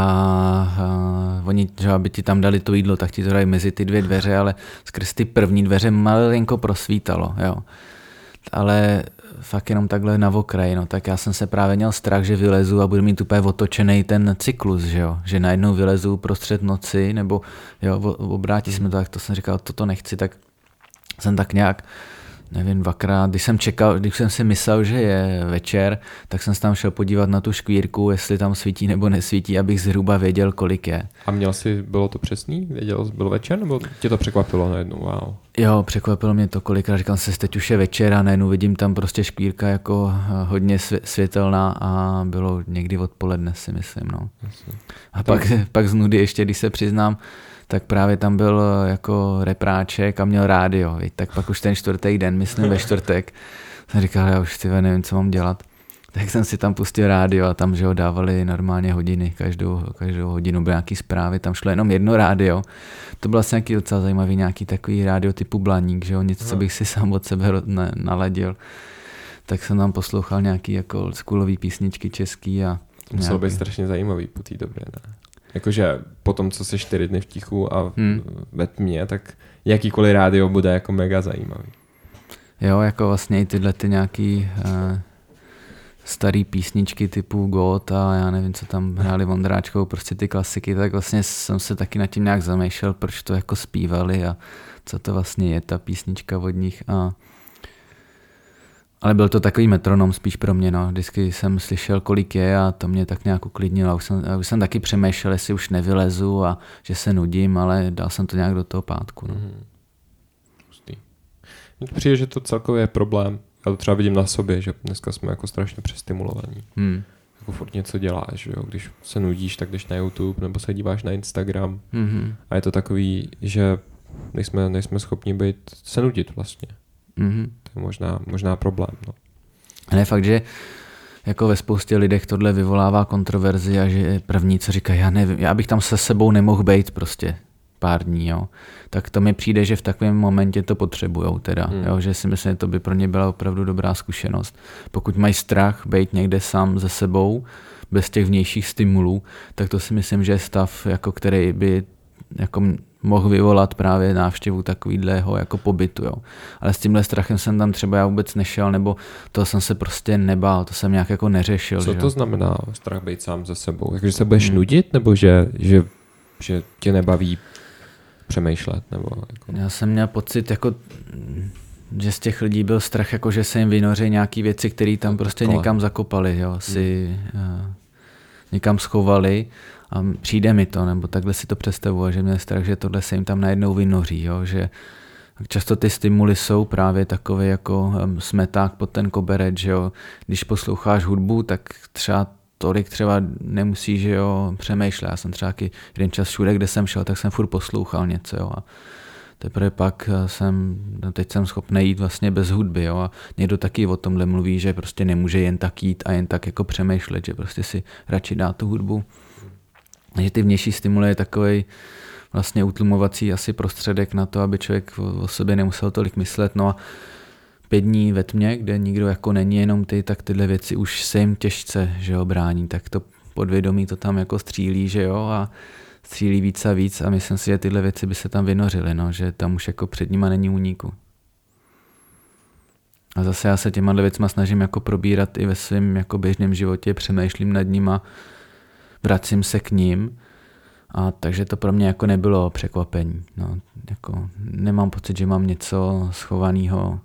a oni, že aby ti tam dali to jídlo, tak ti to dají mezi ty dvě dveře, ale skrz ty první dveře malinko prosvítalo, jo. Ale fakt jenom takhle na okraji, no, tak já jsem se právě měl strach, že vylezu a budu mít úplně otočený ten cyklus, že jo, že najednou vylezu prostřed noci, nebo jo, obrátí se mi to, tak to jsem říkal, toto nechci, tak jsem tak nějak, nevím, dvakrát, když jsem čekal, když jsem si myslel, že je večer, tak jsem se tam šel podívat na tu škvírku, jestli tam svítí nebo nesvítí, abych zhruba věděl, kolik je. A měl jsi, bylo to přesný? Věděl jsi, byl večer, nebo tě to překvapilo najednou? Wow. Jo, překvapilo mě to kolikrát, říkal jsem si, teď už je večer a najednou vidím tam prostě škvírka jako hodně světelná a bylo někdy odpoledne, si myslím, no. Jasně. A pak, pak z nudy ještě, když se přiznám, tak právě tam byl jako repráček a měl rádio, viď? Tak pak už ten čtvrtý den, myslím ve čtvrtek, jsem říkal, já už tyve, nevím, co mám dělat. Tak jsem si tam pustil rádio a tam, že ho dávali normálně hodiny, každou, každou hodinu byly nějaký zprávy, tam šlo jenom jedno rádio. To byl vlastně nějaký docela zajímavý, nějaký takový rádio typu Blaník, že jo, něco, co bych si sám od sebe naladil. Tak jsem tam poslouchal nějaký jako schoolový písničky český a... Muselo být strašně zajímavý po té době, ne? Jakože po tom, co se čtyři dny v tichu a hmm. ve tmě, tak jakýkoliv rádio bude jako mega zajímavý. Jo, jako vlastně i tyhle ty nějaký uh, starý písničky typu God a já nevím, co tam hráli Vondráčkou, prostě ty klasiky, tak vlastně jsem se taky nad tím nějak zamýšlel, proč to jako zpívali a co to vlastně je ta písnička od nich a ale byl to takový metronom spíš pro mě, no. Vždycky jsem slyšel, kolik je a to mě tak nějak uklidnilo. Už jsem, už jsem taky přemýšlel, jestli už nevylezu a že se nudím, ale dal jsem to nějak do toho pátku. No. Mm. Mně to přijde, že to celkově je problém. Já to třeba vidím na sobě, že dneska jsme jako strašně přestimulovaní. Hmm. Jako furt něco děláš, jo. Když se nudíš, tak jdeš na YouTube nebo se díváš na Instagram. Mm-hmm. A je to takový, že nejsme, nejsme schopni být, se nudit vlastně. Mm-hmm. To je možná, možná problém. No. Ale je fakt, že jako ve spoustě lidech tohle vyvolává kontroverzi a že první, co říkají, já nevím, já bych tam se sebou nemohl být prostě pár dní, jo. Tak to mi přijde, že v takovém momentě to potřebujou teda, hmm. jo, že si myslím, že to by pro ně byla opravdu dobrá zkušenost. Pokud mají strach být někde sám ze sebou, bez těch vnějších stimulů, tak to si myslím, že je stav, jako který by jako mohl vyvolat právě návštěvu takovýhleho jako pobytu, jo. Ale s tímhle strachem jsem tam třeba já vůbec nešel, nebo to jsem se prostě nebál, to jsem nějak jako neřešil. Co že? To znamená strach být sám ze sebou? Jakože se budeš hmm. nudit, nebo že, že, že tě nebaví přemýšlet? Nebo jako... Já jsem měl pocit, jako, že z těch lidí byl strach, jako, že se jim vynoří nějaký věci, které tam prostě Kole. někam zakopali, jo, si hmm. uh, někam schovali. A přijde mi to, nebo takhle si to představuji, že měl strach, že tohle se jim tam najednou vynoří, jo? Že často ty stimuly jsou právě takové jako smeták pod ten koberec, že jo? Když posloucháš hudbu, tak třeba tolik třeba nemusíš, že jo, přemýšlet. Já jsem třeba jeden čas všude, kde jsem šel, tak jsem furt poslouchal něco, jo? A teprve pak jsem, no teď jsem schopný jít vlastně bez hudby, jo? A někdo taky o tomhle mluví, že prostě nemůže jen tak jít a jen tak jako přemýšlet, že prostě si radši dá tu hudbu. Takže ty vnější stimuly je takový vlastně utlumovací asi prostředek na to, aby člověk o sobě nemusel tolik myslet. No a pět dní ve tmě, kde nikdo jako není, jenom ty, tak tyhle věci už se jim těžce, že jo, brání. Tak to podvědomí to tam jako střílí, že jo, a střílí víc a víc a myslím si, že tyhle věci by se tam vynořily, no, že tam už jako před nima není úniku. A zase já se těma věcma snažím jako probírat i ve svém jako běžném životě, přemýšlím nad nima, vracím se k ním A takže to pro mě jako nebylo překvapení. No, jako nemám pocit, že mám něco schovaného,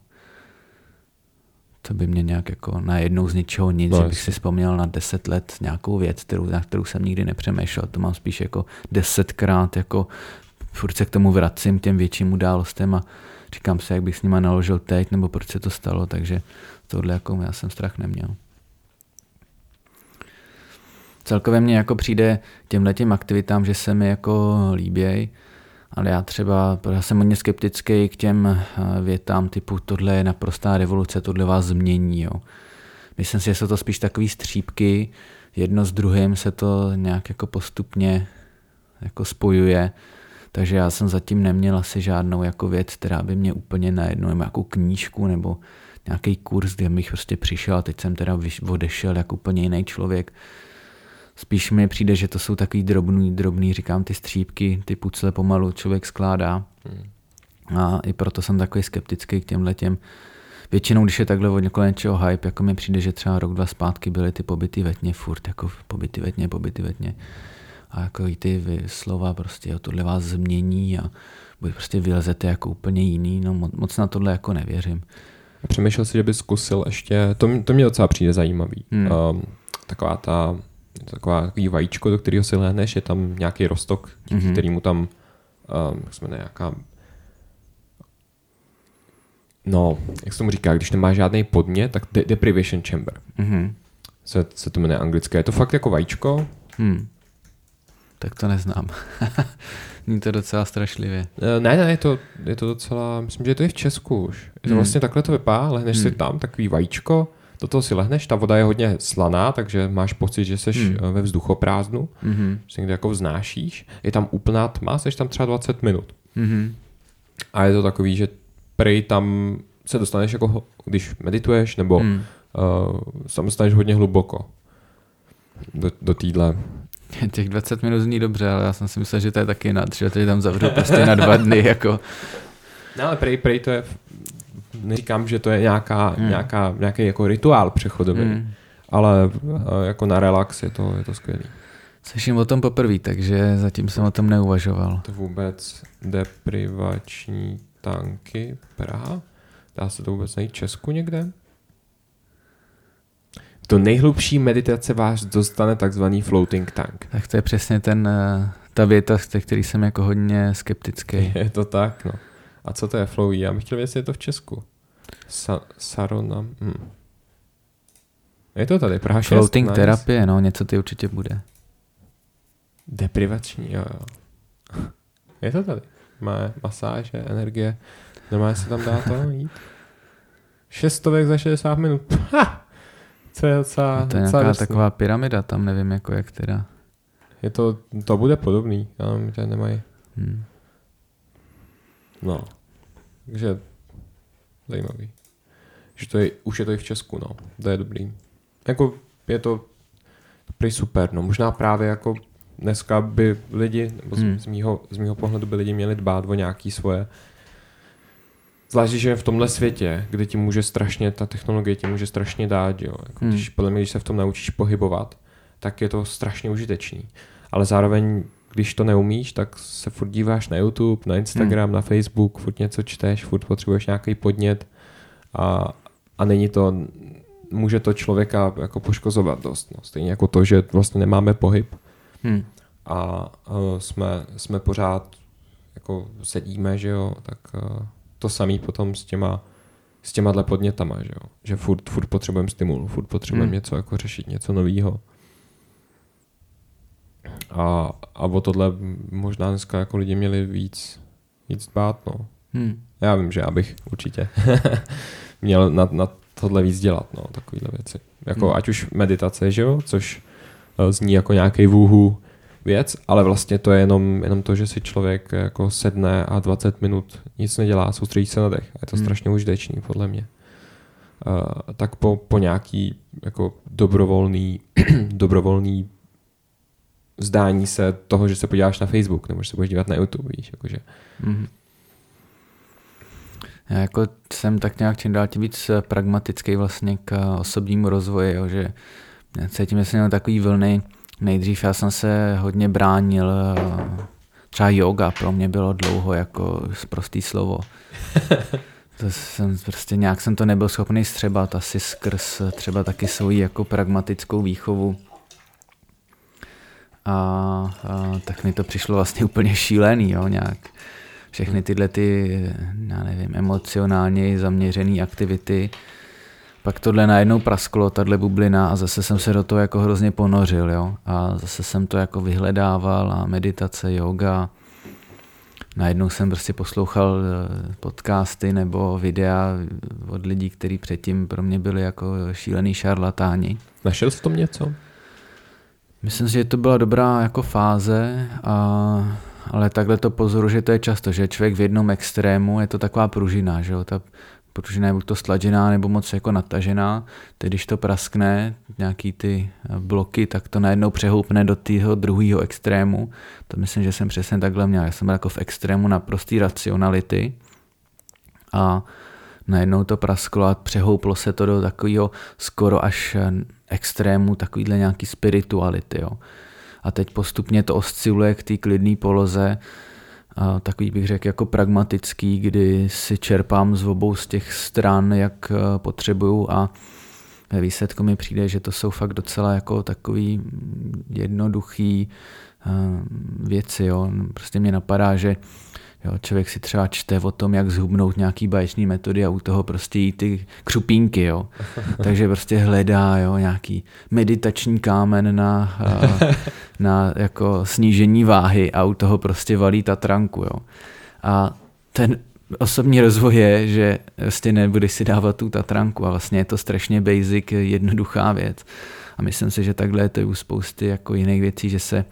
co by mě nějak jako najednou z ničeho nic, no, že bych si vzpomněl na deset let nějakou věc, kterou, na kterou jsem nikdy nepřemýšlel. To mám spíš jako desetkrát, jako furt se k tomu vracím, těm větším událostem a říkám si, jak bych s nima naložil teď, nebo proč se to stalo, takže tohle jako já jsem strach neměl. Celkově mně jako přijde těmhletím aktivitám, že se mi jako líběj, ale já třeba já jsem hodně skeptický k těm větám typu tohle je naprostá revoluce, tohle vás změní. Jo. Myslím si, že jsou to spíš takový střípky, jedno s druhým se to nějak jako postupně jako spojuje, takže já jsem zatím neměl asi žádnou jako věc, která by mě úplně najednou, nebo nějakou knížku nebo nějaký kurz, kde bych prostě přišel a teď jsem teda odešel jako úplně jiný člověk. Spíš mi přijde, že to jsou takový drobný, drobný, říkám, ty střípky, ty pucle pomalu člověk skládá. Hmm. A i proto jsem takový skeptický k těmhletěm. Většinou, když je takhle od někoho něčeho hype, jako mi přijde, že třeba rok, dva zpátky byly ty pobyty ve tmě furt, jako pobyty ve tmě, pobyty ve tmě. A jako i ty slova prostě, jo, tohle vás změní a vy prostě vylezete jako úplně jiný, no moc na tohle jako nevěřím. Přemýšlel si, že bys zkusil ještě, to, to mě docela přijde zajímavý, hmm. um, taková ta taková takový vajíčko, do kterého si lehneš, je tam nějaký roztok, mm-hmm. kterýmu tam um, jak se jmenuje, nějaká no, jak se tomu říká, když nemá žádný podnět, tak de- deprivation chamber. Mm-hmm. Se, se to jmenuje anglicky. Je to fakt jako vajíčko? Hmm. Tak to neznám. Není to docela strašlivě. Ne, ne, je to, je to docela, myslím, že to je v Česku už. Je to hmm. vlastně takhle to vypadá, lehneš hmm. si tam, takový vajíčko, do toho si lehneš, ta voda je hodně slaná, takže máš pocit, že jsi hmm. ve vzduchoprázdnu, hmm. že se někde jako vznášíš. Je tam úplná tma, jsi tam třeba dvacet minut. Hmm. A je to takový, že prej tam se dostaneš jako, když medituješ, nebo hmm. uh, tam dostaneš hodně hluboko do, do týdle. Těch dvacet minut zní dobře, ale já jsem si myslel, že to je taky nad, že teď tam zavřu prostě na dva dny. Jako. No ale prej, prej to je, neříkám, že to je nějaká, hmm. nějaká, nějaký jako rituál přechodový, hmm. ale jako na relax je to, je to skvělý. Slyším o tom poprvé, takže zatím jsem o tom neuvažoval. To vůbec deprivační tanky Praha? Dá se to vůbec najít v Česku někde? Do nejhlubší meditace vás dostane takzvaný floating tank. Tak to je přesně ten, ta věta, z který jsem jako hodně skeptický. Je to tak, no. A co to je flowy? Já bych chtěl vědět, jestli je to v Česku. Sa- Sarona. Hm. Je to tady, Praha šest. Floating nice. Terapie, no, něco ty určitě bude. Deprivační, jo, jo. Je to tady. Má masáže, energie. Normálně se tam dá to jít. Šestovek za šedesát minut. Ha! Co je docela, no to je nějaká taková pyramida, tam nevím, jako jak teda. Je to, to bude podobný, ale že nemají. Hmm. No. Takže zajímavý. Že to je, už je to i v Česku, no. To je dobrý. Jako je to prý super, no. Možná právě jako dneska by lidi, nebo hmm. z, mýho, z mýho pohledu by lidi měli dbát o nějaký svoje. Zvlášť, že v tomhle světě, kde ti může strašně, ta technologie ti může strašně dát, jo. Jako, hmm. když, podle mě, když se v tom naučíš pohybovat, tak je to strašně užitečný. Ale zároveň, když to neumíš, tak se furt díváš na YouTube, na Instagram, hmm. na Facebook, furt něco čteš, furt potřebuješ nějaký podnět a, a není to, může to člověka jako poškozovat dost. No. Stejně jako to, že vlastně nemáme pohyb hmm. a, a jsme, jsme pořád jako sedíme, že jo, tak a, to samý potom s těma s těma podnětama, že jo, že furt, furt potřebujeme stimul, furt potřebujeme hmm. něco jako řešit, něco novýho. A, a o tohle možná dneska jako lidi měli víc, víc dbát, no. Hmm. Já vím, že já bych určitě měl na, na tohle víc dělat, no, takovýhle věci. Jako hmm. ať už meditace, že jo, což zní jako nějaký vůhu věc, ale vlastně to je jenom, jenom to, že si člověk jako sedne a dvacet minut nic nedělá, soustředí se na dech. A je to hmm. strašně užitečný, podle mě. Uh, tak po, po nějaký jako dobrovolný dobrovolný vzdání se toho, že se podíváš na Facebook, nebo že se budeš dívat na YouTube, víš, jakože. Mm-hmm. Já jako jsem tak nějak čím dál tím víc pragmatický vlastně k osobnímu rozvoji, jo, že cítím, že jsem měl takový vlny nejdřív já jsem se hodně bránil, třeba yoga pro mě bylo dlouho jako prostý slovo. To jsem prostě nějak jsem to nebyl schopný střebat, asi skrz třeba taky svoji jako pragmatickou výchovu. A, a tak mi to přišlo vlastně úplně šílený, jo, nějak. Všechny tyhle ty, já nevím, emocionálně zaměřené aktivity. Pak tohle najednou prasklo, tahle bublina a zase jsem se do toho jako hrozně ponořil, jo. A zase jsem to jako vyhledával a meditace, yoga. Najednou jsem prostě poslouchal podcasty nebo videa od lidí, kteří předtím pro mě byli jako šílený šarlatáni. Našel jsi v tom něco? Myslím si, že to byla dobrá jako fáze, a, ale takhle to pozoru, že to je často, že člověk v jednom extrému je to taková pružina, že jo, ta pružina je buď to stlažená nebo moc jako natažená, teď když to praskne, nějaký ty bloky, tak to najednou přehoupne do tého druhého extrému. To myslím, že jsem přesně takhle měl, já jsem byl jako v extrému naprostý racionality a najednou to prasklo a přehouplo se to do takového skoro až extrému takovýhle nějaký spirituality. Jo. A teď postupně to osciluje k té klidné poloze, a takový bych řekl jako pragmatický, kdy si čerpám z obou z těch stran, jak potřebuju a ve výsledku mi přijde, že to jsou fakt docela jako takový jednoduchý věci. Jo. Prostě mě napadá, že jo, člověk si třeba čte o tom, jak zhubnout nějaký báječný metody a u toho prostě jí ty křupínky, jo. Takže prostě hledá, jo, nějaký meditační kámen na, na jako snížení váhy a u toho prostě valí tatranku, jo. A ten osobní rozvoj je, že prostě nebudeš si dávat tu tatranku a vlastně je to strašně basic, jednoduchá věc. A myslím si, že takhle je to i u spousty jako jiných věcí, že se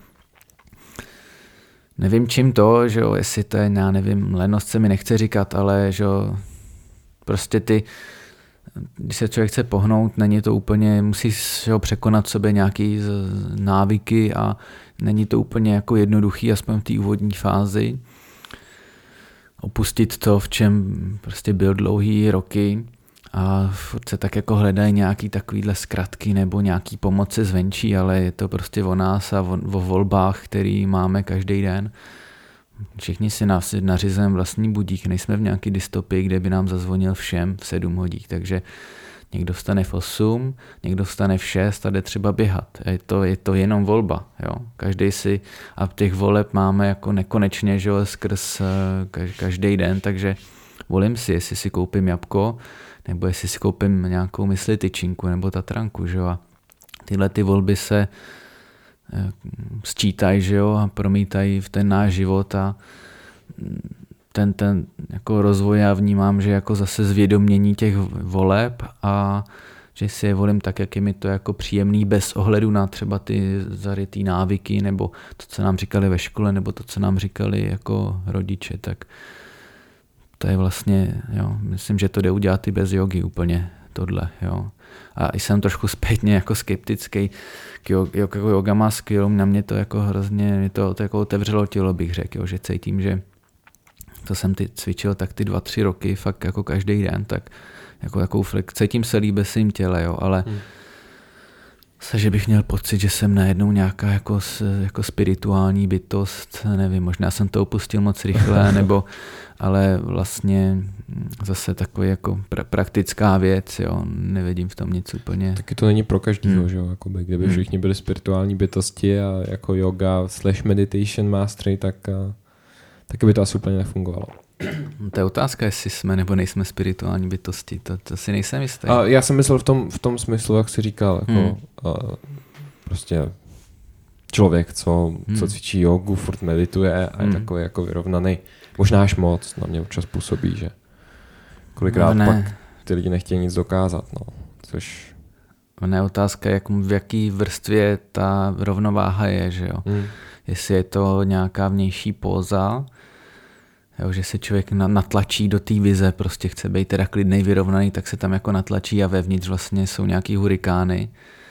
nevím čím to, že jo, jestli to je, já nevím, lenost se mi nechce říkat, ale že jo, prostě ty, když se člověk chce pohnout, není to úplně, musí že jo, překonat sobě nějaký návyky a není to úplně jako jednoduchý, aspoň v té úvodní fázi. Opustit to, v čem prostě byl dlouhý roky a furt se tak jako hledají nějaký takovýhle zkratky nebo nějaký pomoci zvenčí, ale je to prostě o nás a o, o volbách, který máme každý den. Všichni si nás nařizujeme vlastní budík, nejsme v nějaký dystopii, kde by nám zazvonil všem v sedm hodin, takže někdo vstane v osm, někdo vstane v šest a jde třeba běhat. Je to, je to jenom volba, jo. Každý si, a těch voleb máme jako nekonečně, že jo, skrz každý den, takže volím si, jestli si koupím jabko, nebo jestli si koupím nějakou mysli tyčinku nebo tatranku, že jo. A tyhle ty volby se sčítají, že jo, a promítají v ten náš život a ten, ten jako rozvoj já vnímám, že jako zase zvědomění těch voleb a že si je volím tak, jak je mi to jako příjemný bez ohledu na třeba ty zarytý návyky nebo to, co nám říkali ve škole nebo to, co nám říkali jako rodiče, tak to je vlastně, jo, myslím, že to jde udělat i bez jogy úplně tohle, jo. A jsem trošku zpětně jako skeptický, jako yoga má skvělou, na mě to jako hrozně, mě to, to jako otevřelo tělo, bych řekl, jo, že cítím, že to jsem ty cvičil tak ty dva, tři roky, fakt jako každý den, tak jako takovou flex, cítím se líbe svým těle, jo, ale hmm. se, že bych měl pocit, že jsem najednou nějaká jako, jako spirituální bytost, nevím, možná jsem to opustil moc rychle, nebo, ale vlastně zase takový jako pra, praktická věc, jo, nevidím v tom nic úplně. Taky to není pro každýho, hmm. že jo, jakoby, kdyby hmm. všichni byli spirituální bytosti a jako yoga slash meditation mastery, tak, a, taky by to asi úplně nefungovalo. To je otázka, jestli jsme nebo nejsme spirituální bytosti, to, to si nejsem jistý. A já jsem myslel v tom, v tom smyslu, jak jsi říkal, jako hmm. a, prostě člověk, co, hmm. co cvičí jogu, furt medituje a je hmm. takový jako vyrovnaný. Možná až moc, na mě občas působí, že kolikrát no pak ty lidi nechtějí nic dokázat, no, což... Ona je otázka, jak, v jaký vrstvě ta rovnováha je, že jo. Hmm. Jestli je to nějaká vnější póza, jo, že se člověk natlačí do té vize, prostě chce být teda klidnej, vyrovnaný, tak se tam jako natlačí a vevnitř vlastně jsou nějaký hurikány.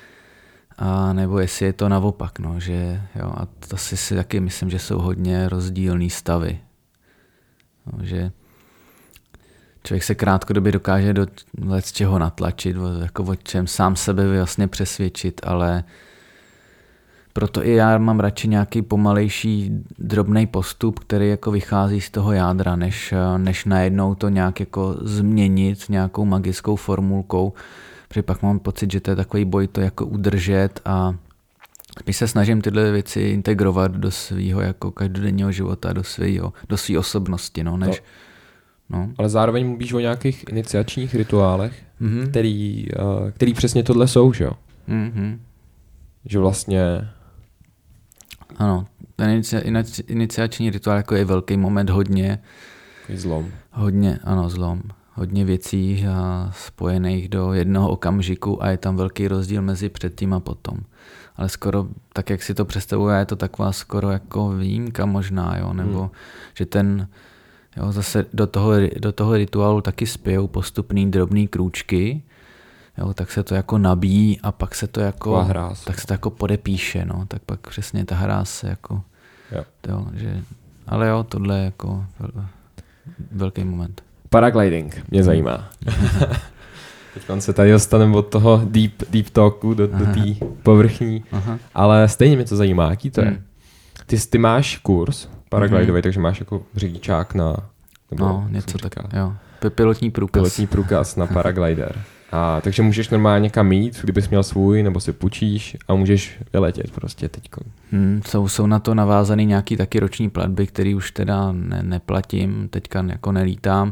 A nebo jestli je to naopak, no, že jo, a to si, si taky myslím, že jsou hodně rozdílný stavy. No, že člověk se krátkodobě dokáže do z čeho natlačit, jako o čem sám sebe vlastně přesvědčit, ale proto i já mám radši nějaký pomalejší drobný postup, který jako vychází z toho jádra, než, než najednou to nějak jako změnit nějakou magickou formulkou, protože pak mám pocit, že to je takový boj to jako udržet a spíš se snažím tyhle věci integrovat do svého jako každodenního života, do svého, do své osobnosti, no, než, no. Ale zároveň mluvíš o nějakých iniciačních rituálech, mm-hmm. který, který přesně tohle jsou, že jo? Mm-hmm. Že vlastně... Ano, ten inici, iniciační rituál jako je velký moment, hodně... Zlom. Hodně, ano, zlom. Hodně věcí a spojených do jednoho okamžiku a je tam velký rozdíl mezi předtím a potom. Ale skoro, tak jak si to představuje, je to taková skoro jako výjimka možná, jo, nebo hmm. že ten, jo, zase do toho, do toho rituálu taky spějou postupný drobný krůčky, jo, tak se to jako nabíjí a pak se to jako, hráz, tak se to jako podepíše, no, tak pak přesně ta hráz se jako, jo. Jo, že, ale jo, tohle je jako vel, velký moment. Paragliding mě zajímá. Teď se tady dostaneme od toho deep, deep talku do, do té povrchní, Aha. ale stejně mě to zajímá, jaký to hmm. je. Ty, ty máš kurz paraglidový, hmm. takže máš jako řidičák na... Nebo, no, něco tak, jo. Pilotní průkaz. Pilotní průkaz na paraglider. A, takže můžeš normálně kam jít, kdybys měl svůj, nebo si půjčíš a můžeš vyletět prostě teďko. Hmm, jsou, jsou na to navázaný nějaký taky roční platby, který už teda ne, neplatím, teďka jako nelítám.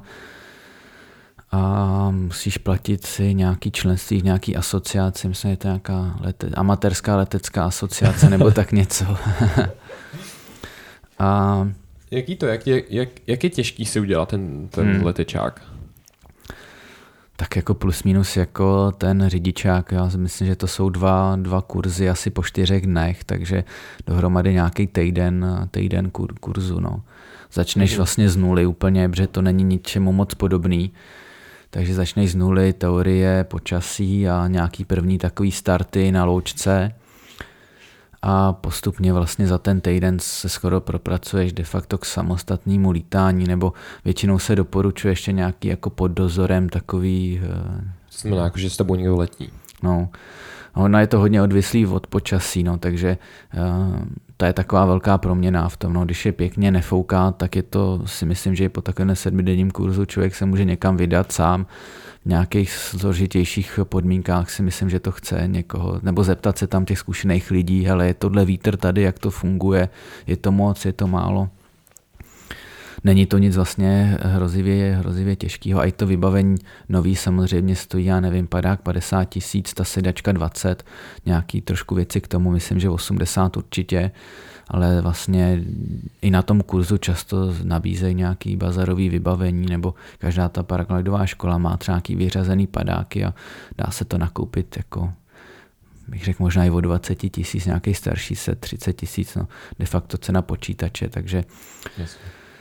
A musíš platit si nějaký členství v nějaký asociaci, myslím, že to je nějaká lete, amatérská letecká asociace nebo tak něco. A jaký to, jak je, jak, jak je těžký si udělat ten, ten hmm. letečák? Tak jako plus minus jako ten řidičák, já myslím, že to jsou dva, dva kurzy asi po čtyřech dnech, takže dohromady nějaký týden, týden kur, kurzu. No. Začneš hmm. vlastně z nuly úplně, protože to není ničemu moc podobný. Takže začneš z nuly, teorie, počasí a nějaký první takový starty na loučce a postupně vlastně za ten týden se skoro propracuješ de facto k samostatnému lítání, nebo většinou se doporučuje ještě nějaký jako pod dozorem takový... To znamená, jako, že s tebou někdo letí. No, ono je to hodně odvislý od počasí, no, takže uh, to je taková velká proměna v tom, no, když je pěkně nefouká, tak je to, si myslím, že i po takovém sedmidenním kurzu člověk se může někam vydat sám, v nějakých složitějších podmínkách si myslím, že to chce někoho, nebo zeptat se tam těch zkušených lidí, hele, je tohle vítr tady, jak to funguje, je to moc, je to málo. Není to nic vlastně hrozivě, hrozivě těžkého. A i to vybavení nový samozřejmě stojí, já nevím, padák padesát tisíc, ta sedačka dvacet, nějaký trošku věci k tomu, myslím, že osmdesát určitě, ale vlastně i na tom kurzu často nabízejí nějaký bazarový vybavení, nebo každá ta paraglidová škola má třeba nějaký vyřazený padáky a dá se to nakoupit jako, bych řekl možná i o dvacet tisíc, nějaký starší set, třicet tisíc, no, de facto cena počítače, takže yes.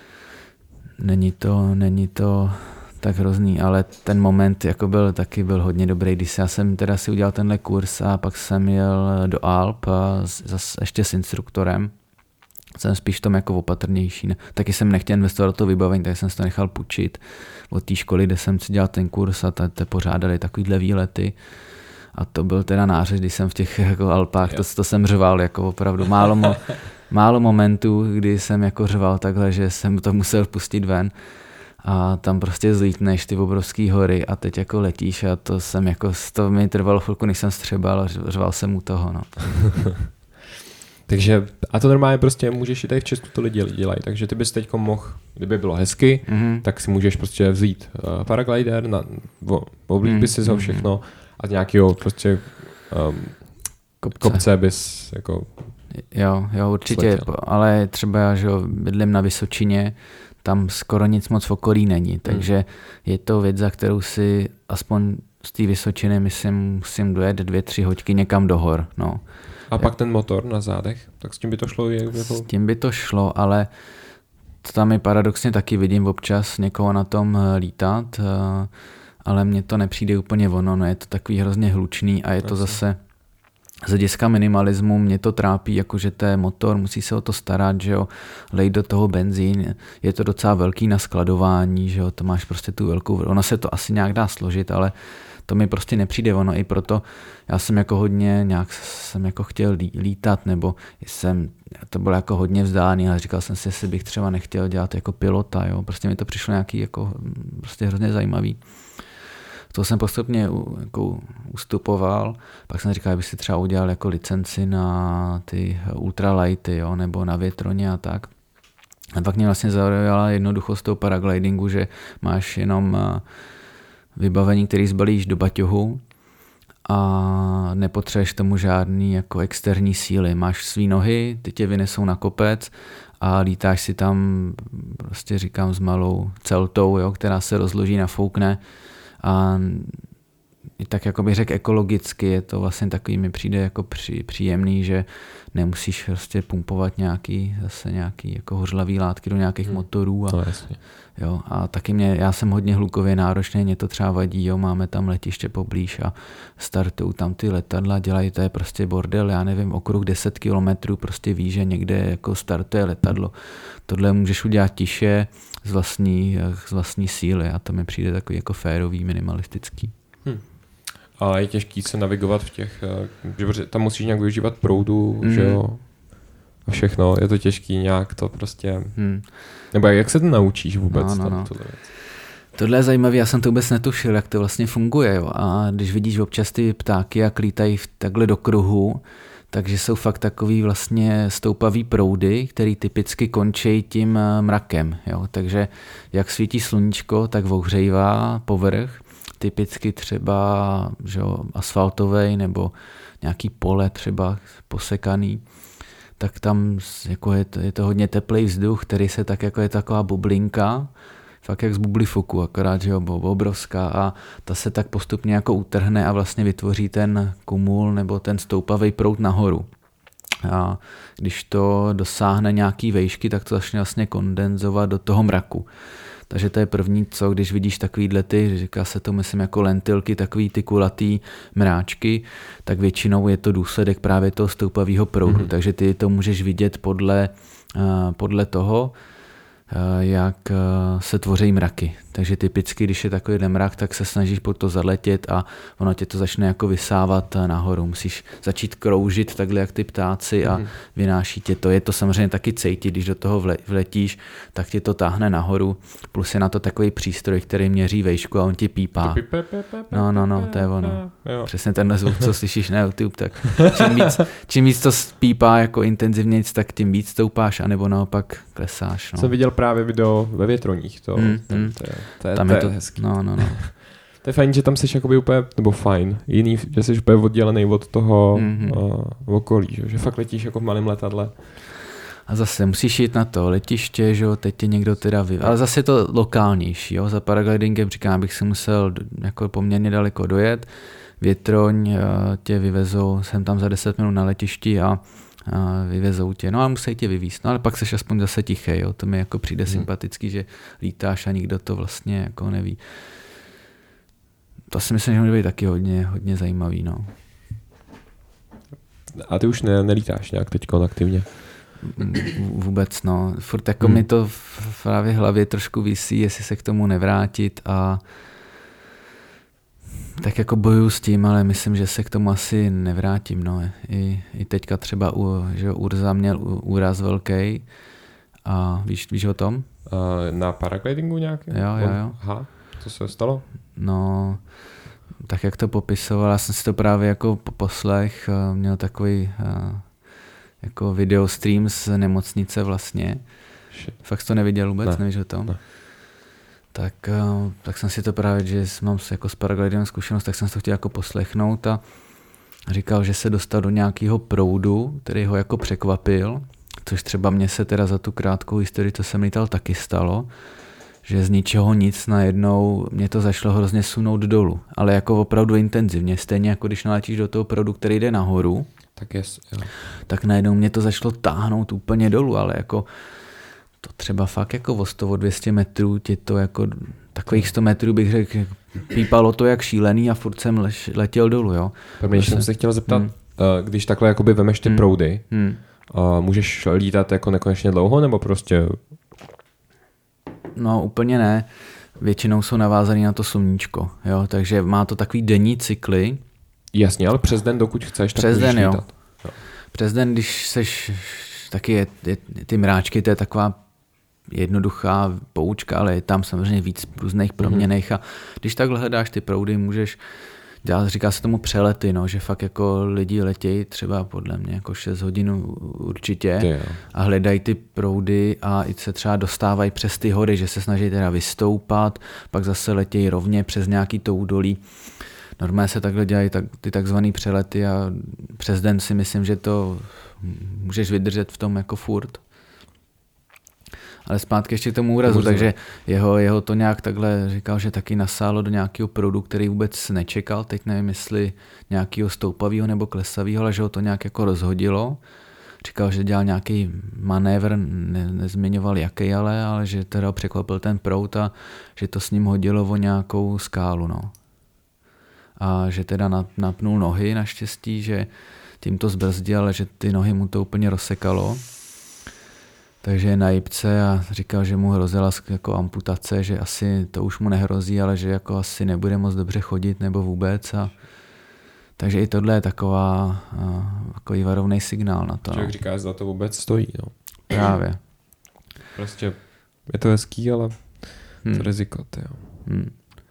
Není to, není to tak hrozný, ale ten moment jako byl taky byl hodně dobrý, když já jsem teda si udělal tenhle kurz a pak jsem jel do Alp a zase ještě s instruktorem. Jsem spíš v tom jako opatrnější. Ne? Taky jsem nechtěl investovat do toho vybavení, tak jsem si to nechal půjčit od té školy, kde jsem si dělal ten kurz a te pořádali takovýhle výlety. A to byl teda nářez, když jsem v těch jako Alpách, to, to jsem řval jako opravdu málo, mo, málo momentů, kdy jsem jako řval takhle, že jsem to musel pustit ven a tam prostě zlítneš ty obrovský hory a teď jako letíš a to jsem jako, to mi trvalo chvilku, než jsem střebal a řval jsem u toho, no. Takže, a to normálně prostě můžeš i tady v Česku to lidi dělají, takže ty bys teďko mohl, kdyby bylo hezky, mm-hmm. tak si můžeš prostě vzít uh, paraglider, na, oblík by si mm-hmm. ho všechno a nějakýho prostě um, kopce. kopce bys jako... Jo, jo, určitě, sletěl. Ale třeba já, že bydlím na Vysočině, tam skoro nic moc v okolí není, takže hmm. je to věc, za kterou si aspoň z té Vysočiny myslím, musím dojet dvě, tři hoďky někam do hor. No. A jak... pak ten motor na zádech, tak s tím by to šlo? Jako... S tím by to šlo, ale tam i paradoxně taky vidím občas někoho na tom lítat, ale mně to nepřijde úplně ono, no je to takový hrozně hlučný a je to Asi. zase z hlediska minimalismu mě to trápí, jakože to je motor, musí se o to starat, že jo, lej do toho benzín, je to docela velký na skladování, že jo, to máš prostě tu velkou, ono se to asi nějak dá složit, ale to mi prostě nepřijde, ono i proto já jsem jako hodně, nějak jsem jako chtěl lítat, nebo jsem, to bylo jako hodně vzdálený, ale říkal jsem si, jestli bych třeba nechtěl dělat jako pilota, jo, prostě mi to přišlo nějaký jako prostě hrozně zajímavý. To jsem postupně jako ustupoval, pak jsem říkal, abych si třeba udělal jako licenci na ty ultralighty, jo, nebo na větroně a tak. A pak mě vlastně zaujala jednoduchost toho paraglidingu, že máš jenom vybavení, který zbalíš do baťohu a nepotřebuješ tomu žádný jako externí síly. Máš svý nohy, ty tě vynesou na kopec a lítáš si tam, prostě říkám, s malou celtou, jo, která se rozloží, nafoukne. A i tak jako bych řekl ekologicky, je to vlastně takový, mi přijde jako při, příjemný, že nemusíš prostě pumpovat nějaký, zase nějaký jako hořlavý látky do nějakých hmm. motorů. A, no, jasně. Jo, a taky mě, já jsem hodně hlukově náročný, mě to třeba vadí, jo, máme tam letiště poblíž a startují tam ty letadla, dělají, to je prostě bordel, já nevím, okruh deset kilometrů, prostě víš, že někde jako startuje letadlo. Tohle můžeš udělat tiše z vlastní, z vlastní síly a to mi přijde takový jako férový, minimalistický. Hmm. A je těžký se navigovat v těch, že tam musíš nějak využívat proudu, mm. že jo? A všechno, je to těžký nějak to prostě, hmm. nebo jak se to naučíš vůbec? No, no, no. Tohle. tohle je zajímavé, já jsem to vůbec netušil, jak to vlastně funguje, jo? A když vidíš občas ty ptáky, jak lítají takhle do kruhu, takže jsou fakt takový vlastně stoupavý proudy, který typicky končí tím mrakem, jo? Takže jak svítí sluníčko, tak ohřejvá povrch, typicky třeba že jo, asfaltovej nebo nějaký pole třeba posekaný, tak tam jako je, to, je to hodně teplý vzduch, který se tak jako je taková bublinka, fakt jak z bublifuku, akorát, že jo, obrovská a ta se tak postupně jako utrhne a vlastně vytvoří ten kumul nebo ten stoupavý proud nahoru. A když to dosáhne nějaký vejšky, tak to začne vlastně kondenzovat do toho mraku. Takže to je první, co když vidíš takovýhle ty, říká se to myslím jako lentilky, takový ty kulatý mráčky, tak většinou je to důsledek právě toho stoupavého proudu. Mm-hmm. Takže ty to můžeš vidět podle, podle toho, jak se tvoří mraky. Takže typicky, když je takovýhle mrak, tak se snažíš po to zaletět a ono tě to začne jako vysávat nahoru. Musíš začít kroužit takhle jak ty ptáci a vynáší tě to. Je to samozřejmě taky cejtit, když do toho vletíš, tak tě to táhne nahoru. Plus je na to takový přístroj, který měří vejšku a on ti pípá. No, no, no, to je ono. Přesně tenhle zvuk, co slyšíš na YouTube, tak čím víc, čím víc to pípá jako intenzivnějc, tak tím víc stoupáš, anebo naopak klesáš. No. Jsem viděl právě video ve větroních. To, mm, to, mm. to, je, to, je, tam to je to hezký. No, no, no. To je fajn, že tam jsi jakoby úplně, nebo fajn, jiný, že jsi úplně oddělený od toho mm-hmm. uh, okolí, že? že fakt letíš jako v malém letadle. A zase musíš jít na to letiště, že jo, teď tě někdo teda vy... Ale zase je to lokálnější, jo, za paraglidingem říkám, abych si musel jako poměrně daleko dojet, Větroň tě vyvezou, jsem tam za deset minut na letišti a, a vyvezou tě, no a musí tě vyvízt, no ale pak seš aspoň zase tichý, jo, to mi jako přijde hmm. sympatický, že lítáš a nikdo to vlastně jako neví. To si myslím, že může být taky hodně, hodně zajímavý, no. A ty už ne, nelítáš nějak teďko aktivně? Vůbec, no. Furt jako hmm. mi to v právě hlavě trošku visí, jestli se k tomu nevrátit a tak jako bojuju s tím, ale myslím, že se k tomu asi nevrátím, no. I, i teďka třeba u, že Urza měl úraz velký a víš, víš o tom? Uh, na paraglidingu nějaký? Jo, jo, jo. Aha, co se stalo? No, tak jak to popisoval, já jsem si to právě jako po poslech měl takový jako video stream z nemocnice vlastně. Shit. Fakt to neviděl vůbec, ne. Nevíš o tom? Ne. Tak, tak jsem si to právě, že mám jako s paraglidem zkušenost, tak jsem si to chtěl jako poslechnout a říkal, že se dostal do nějakého proudu, který ho jako překvapil, což třeba mě se teda za tu krátkou historii, co jsem lítal, taky stalo, že z ničeho nic najednou mě to začalo hrozně sunout dolů, ale jako opravdu intenzivně, stejně jako když naletíš do toho proudu, který jde nahoru, tak, jest, jo. tak najednou mě to začalo táhnout úplně dolů, ale jako to třeba fakt jako o sto, o dvě stě metrů, tě to jako takových sto metrů bych řekl, pípalo to jak šílený a furt jsem letěl dolů, jo. Protože jsem se chtěl zeptat, hmm. když takhle jakoby vemeš ty hmm. proudy, hmm. můžeš lítat jako nekonečně dlouho, nebo prostě... No úplně ne. Většinou jsou navázaný na to sluníčko, jo, takže má to takový denní cykly. Jasně, ale přes den, dokud chceš, tak přes den, jo. lítat. jo. Přes den, když seš, taky je, je, ty mráčky, to je taková jednoduchá poučka, ale je tam samozřejmě víc různých proměnných a když takhle hledáš ty proudy, můžeš dělat, říká se tomu přelety, no, že fakt jako lidi letějí třeba podle mě jako šest hodin určitě a hledají ty proudy a i se třeba dostávají přes ty hory, že se snaží teda vystoupat, pak zase letějí rovně přes nějaký to údolí. Normálně se takhle dělají tak, ty takzvaný přelety a přes den si myslím, že to můžeš vydržet v tom jako furt. Ale zpátky ještě k tomu úrazu, takže jeho, jeho to nějak takhle říkal, že taky nasálo do nějakého proudu, který vůbec nečekal, teď nevím, jestli nějakého stoupavého nebo klesavého, ale že ho to nějak jako rozhodilo. Říkal, že dělal nějaký manévr, ne, nezmiňoval jaký ale, ale že teda překlopil ten proud a že to s ním hodilo o nějakou skálu, no. A že teda napnul nohy naštěstí, že tím to zbrzdil, ale že ty nohy mu to úplně rozsekalo. Takže je na jipce a říkal, že mu hrozila jako amputace, že asi to už mu nehrozí, ale že jako asi nebude moc dobře chodit nebo vůbec. A takže i tohle je taková, takový varovný signál na to. Jak no. říkáš, za to vůbec stojí. No. Právě. Prostě je to hezký, ale hmm. to riziko. To jo. Hmm.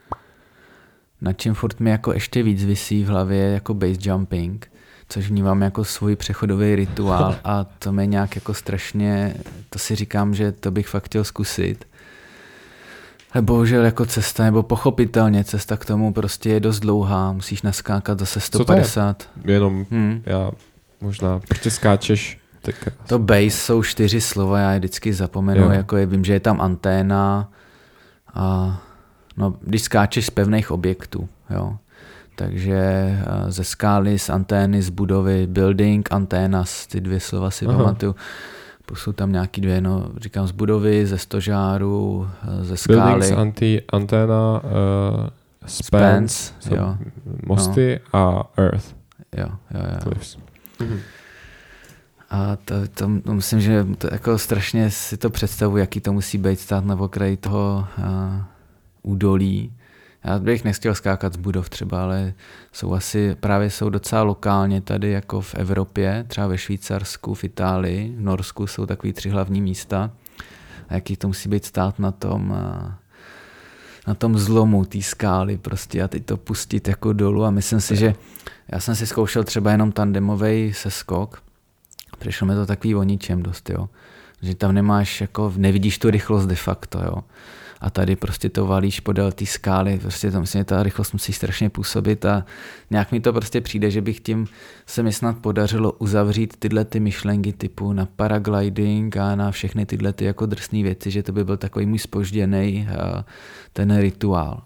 Na čím furt mi jako ještě víc visí v hlavě je jako base jumping, což vnímám jako svůj přechodový rituál a to mě nějak jako strašně, to si říkám, že to bych fakt chtěl zkusit. Ale bohužel jako cesta, nebo pochopitelně cesta k tomu prostě je dost dlouhá, musíš naskákat zase sto padesát. To je? Jenom hmm. já možná, prostě skáčeš. Tak... To base jsou čtyři slova, já je vždycky zapomenu, jo. jako je, vím, že je tam anténa a no, když skáčeš z pevných objektů, jo. Takže ze skály, z antény, z budovy, building, anténa, ty dvě slova si Aha. pamatuju. Jsou tam nějaký dvě, no, říkám z budovy, ze stožáru, ze skály. Buildings, anti, anténa, uh, spans, spans jo. mosty no. a earth. Jo, jo, jo. Mhm. A to, to, to myslím, že to jako strašně si to představuji, jaký to musí být stát na okraji toho uh, údolí. Já bych nechtěl skákat z budov třeba, ale jsou asi, právě jsou docela lokálně tady jako v Evropě, třeba ve Švýcarsku, v Itálii, v Norsku jsou takový tři hlavní místa. A jaký to musí být stát na tom, na tom zlomu té skály prostě a teď to pustit jako dolů a myslím si, že já jsem si zkoušel třeba jenom tandemovej seskok, přišlo mi to takový o ničem dost, jo. Že tam nemáš, jako, nevidíš tu rychlost de facto, jo. A tady prostě to valíš podél té skály, prostě tam myslím, že ta rychlost musí strašně působit a nějak mi to prostě přijde, že bych tím se mi snad podařilo uzavřít tyhle ty myšlenky typu na paragliding a na všechny tyhle ty jako drsné věci, že to by byl takový můj zpožděnej ten rituál.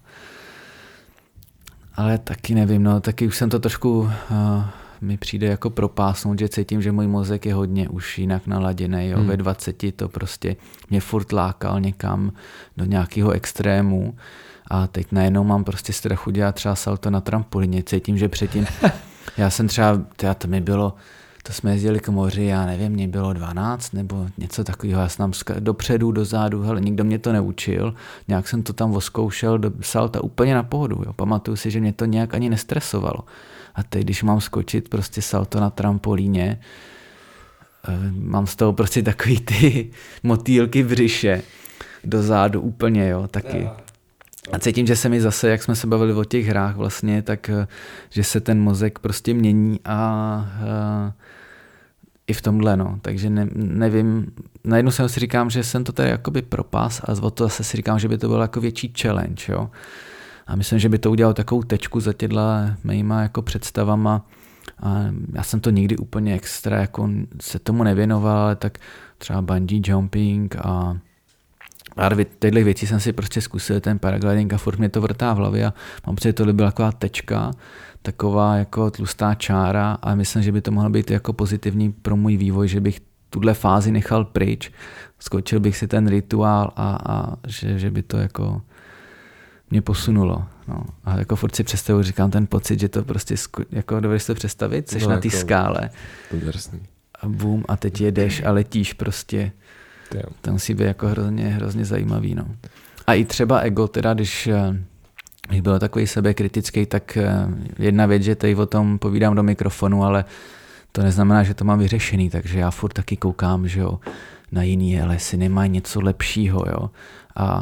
Ale taky nevím, no, taky už jsem to trošku uh, mi přijde jako propásnout, že cítím, že můj mozek je hodně už jinak naladěný. Jo. Hmm. Ve dvaceti to prostě mě furt lákal někam do nějakého extrému a teď najednou mám prostě strach udělat třeba salto na trampolíně. Cítím, že předtím, já jsem třeba, teda to mi bylo, to jsme jezdili k moři, já nevím, mě bylo dvanáct nebo něco takového, já jsem tam dopředu, dozadu, hele, nikdo mě to neučil, nějak jsem to tam oskoušel do salta úplně na pohodu. Jo. Pamatuju si, že mě to nějak ani nestresovalo. A teď, když mám skočit prostě salto na trampolíně, mám z toho prostě takový ty motýlky v břiše dozadu úplně, jo, taky. A cítím, že se mi zase, jak jsme se bavili o těch hrách vlastně, tak že se ten mozek prostě mění a, a i v tomhle, no. Takže ne, nevím, najednou jsem si říkám, že jsem to tady jakoby propás a o to zase si říkám, že by to bylo jako větší challenge, jo. A myslím, že by to udělalo takovou tečku za těma mýma jako představama. A já jsem to nikdy úplně extra jako se tomu nevěnoval, ale tak třeba bungee jumping a tyhle věci jsem si prostě zkusil, ten paragliding a furt mě to vrtá v hlavě a mám pocit, že tohle byla taková tečka, taková jako tlustá čára a myslím, že by to mohlo být jako pozitivní pro můj vývoj, že bych tuhle fázi nechal pryč, skočil bych si ten rituál a, a že, že by to jako mě posunulo. No. A jako furt si představuji, říkám ten pocit, že to prostě, zku, jako dovedeš to představit, jsi no, na té jako, skále. To je drsný. A bum, a teď jedeš a letíš prostě. To musí být jako hrozně, hrozně zajímavý, no. A i třeba ego, teda, když, když byl takový sebekritický, tak jedna věc, že tady o tom povídám do mikrofonu, ale to neznamená, že to mám vyřešený, takže já furt taky koukám, že jo, na jiný, ale jestli nemají něco lepšího, jo. A, a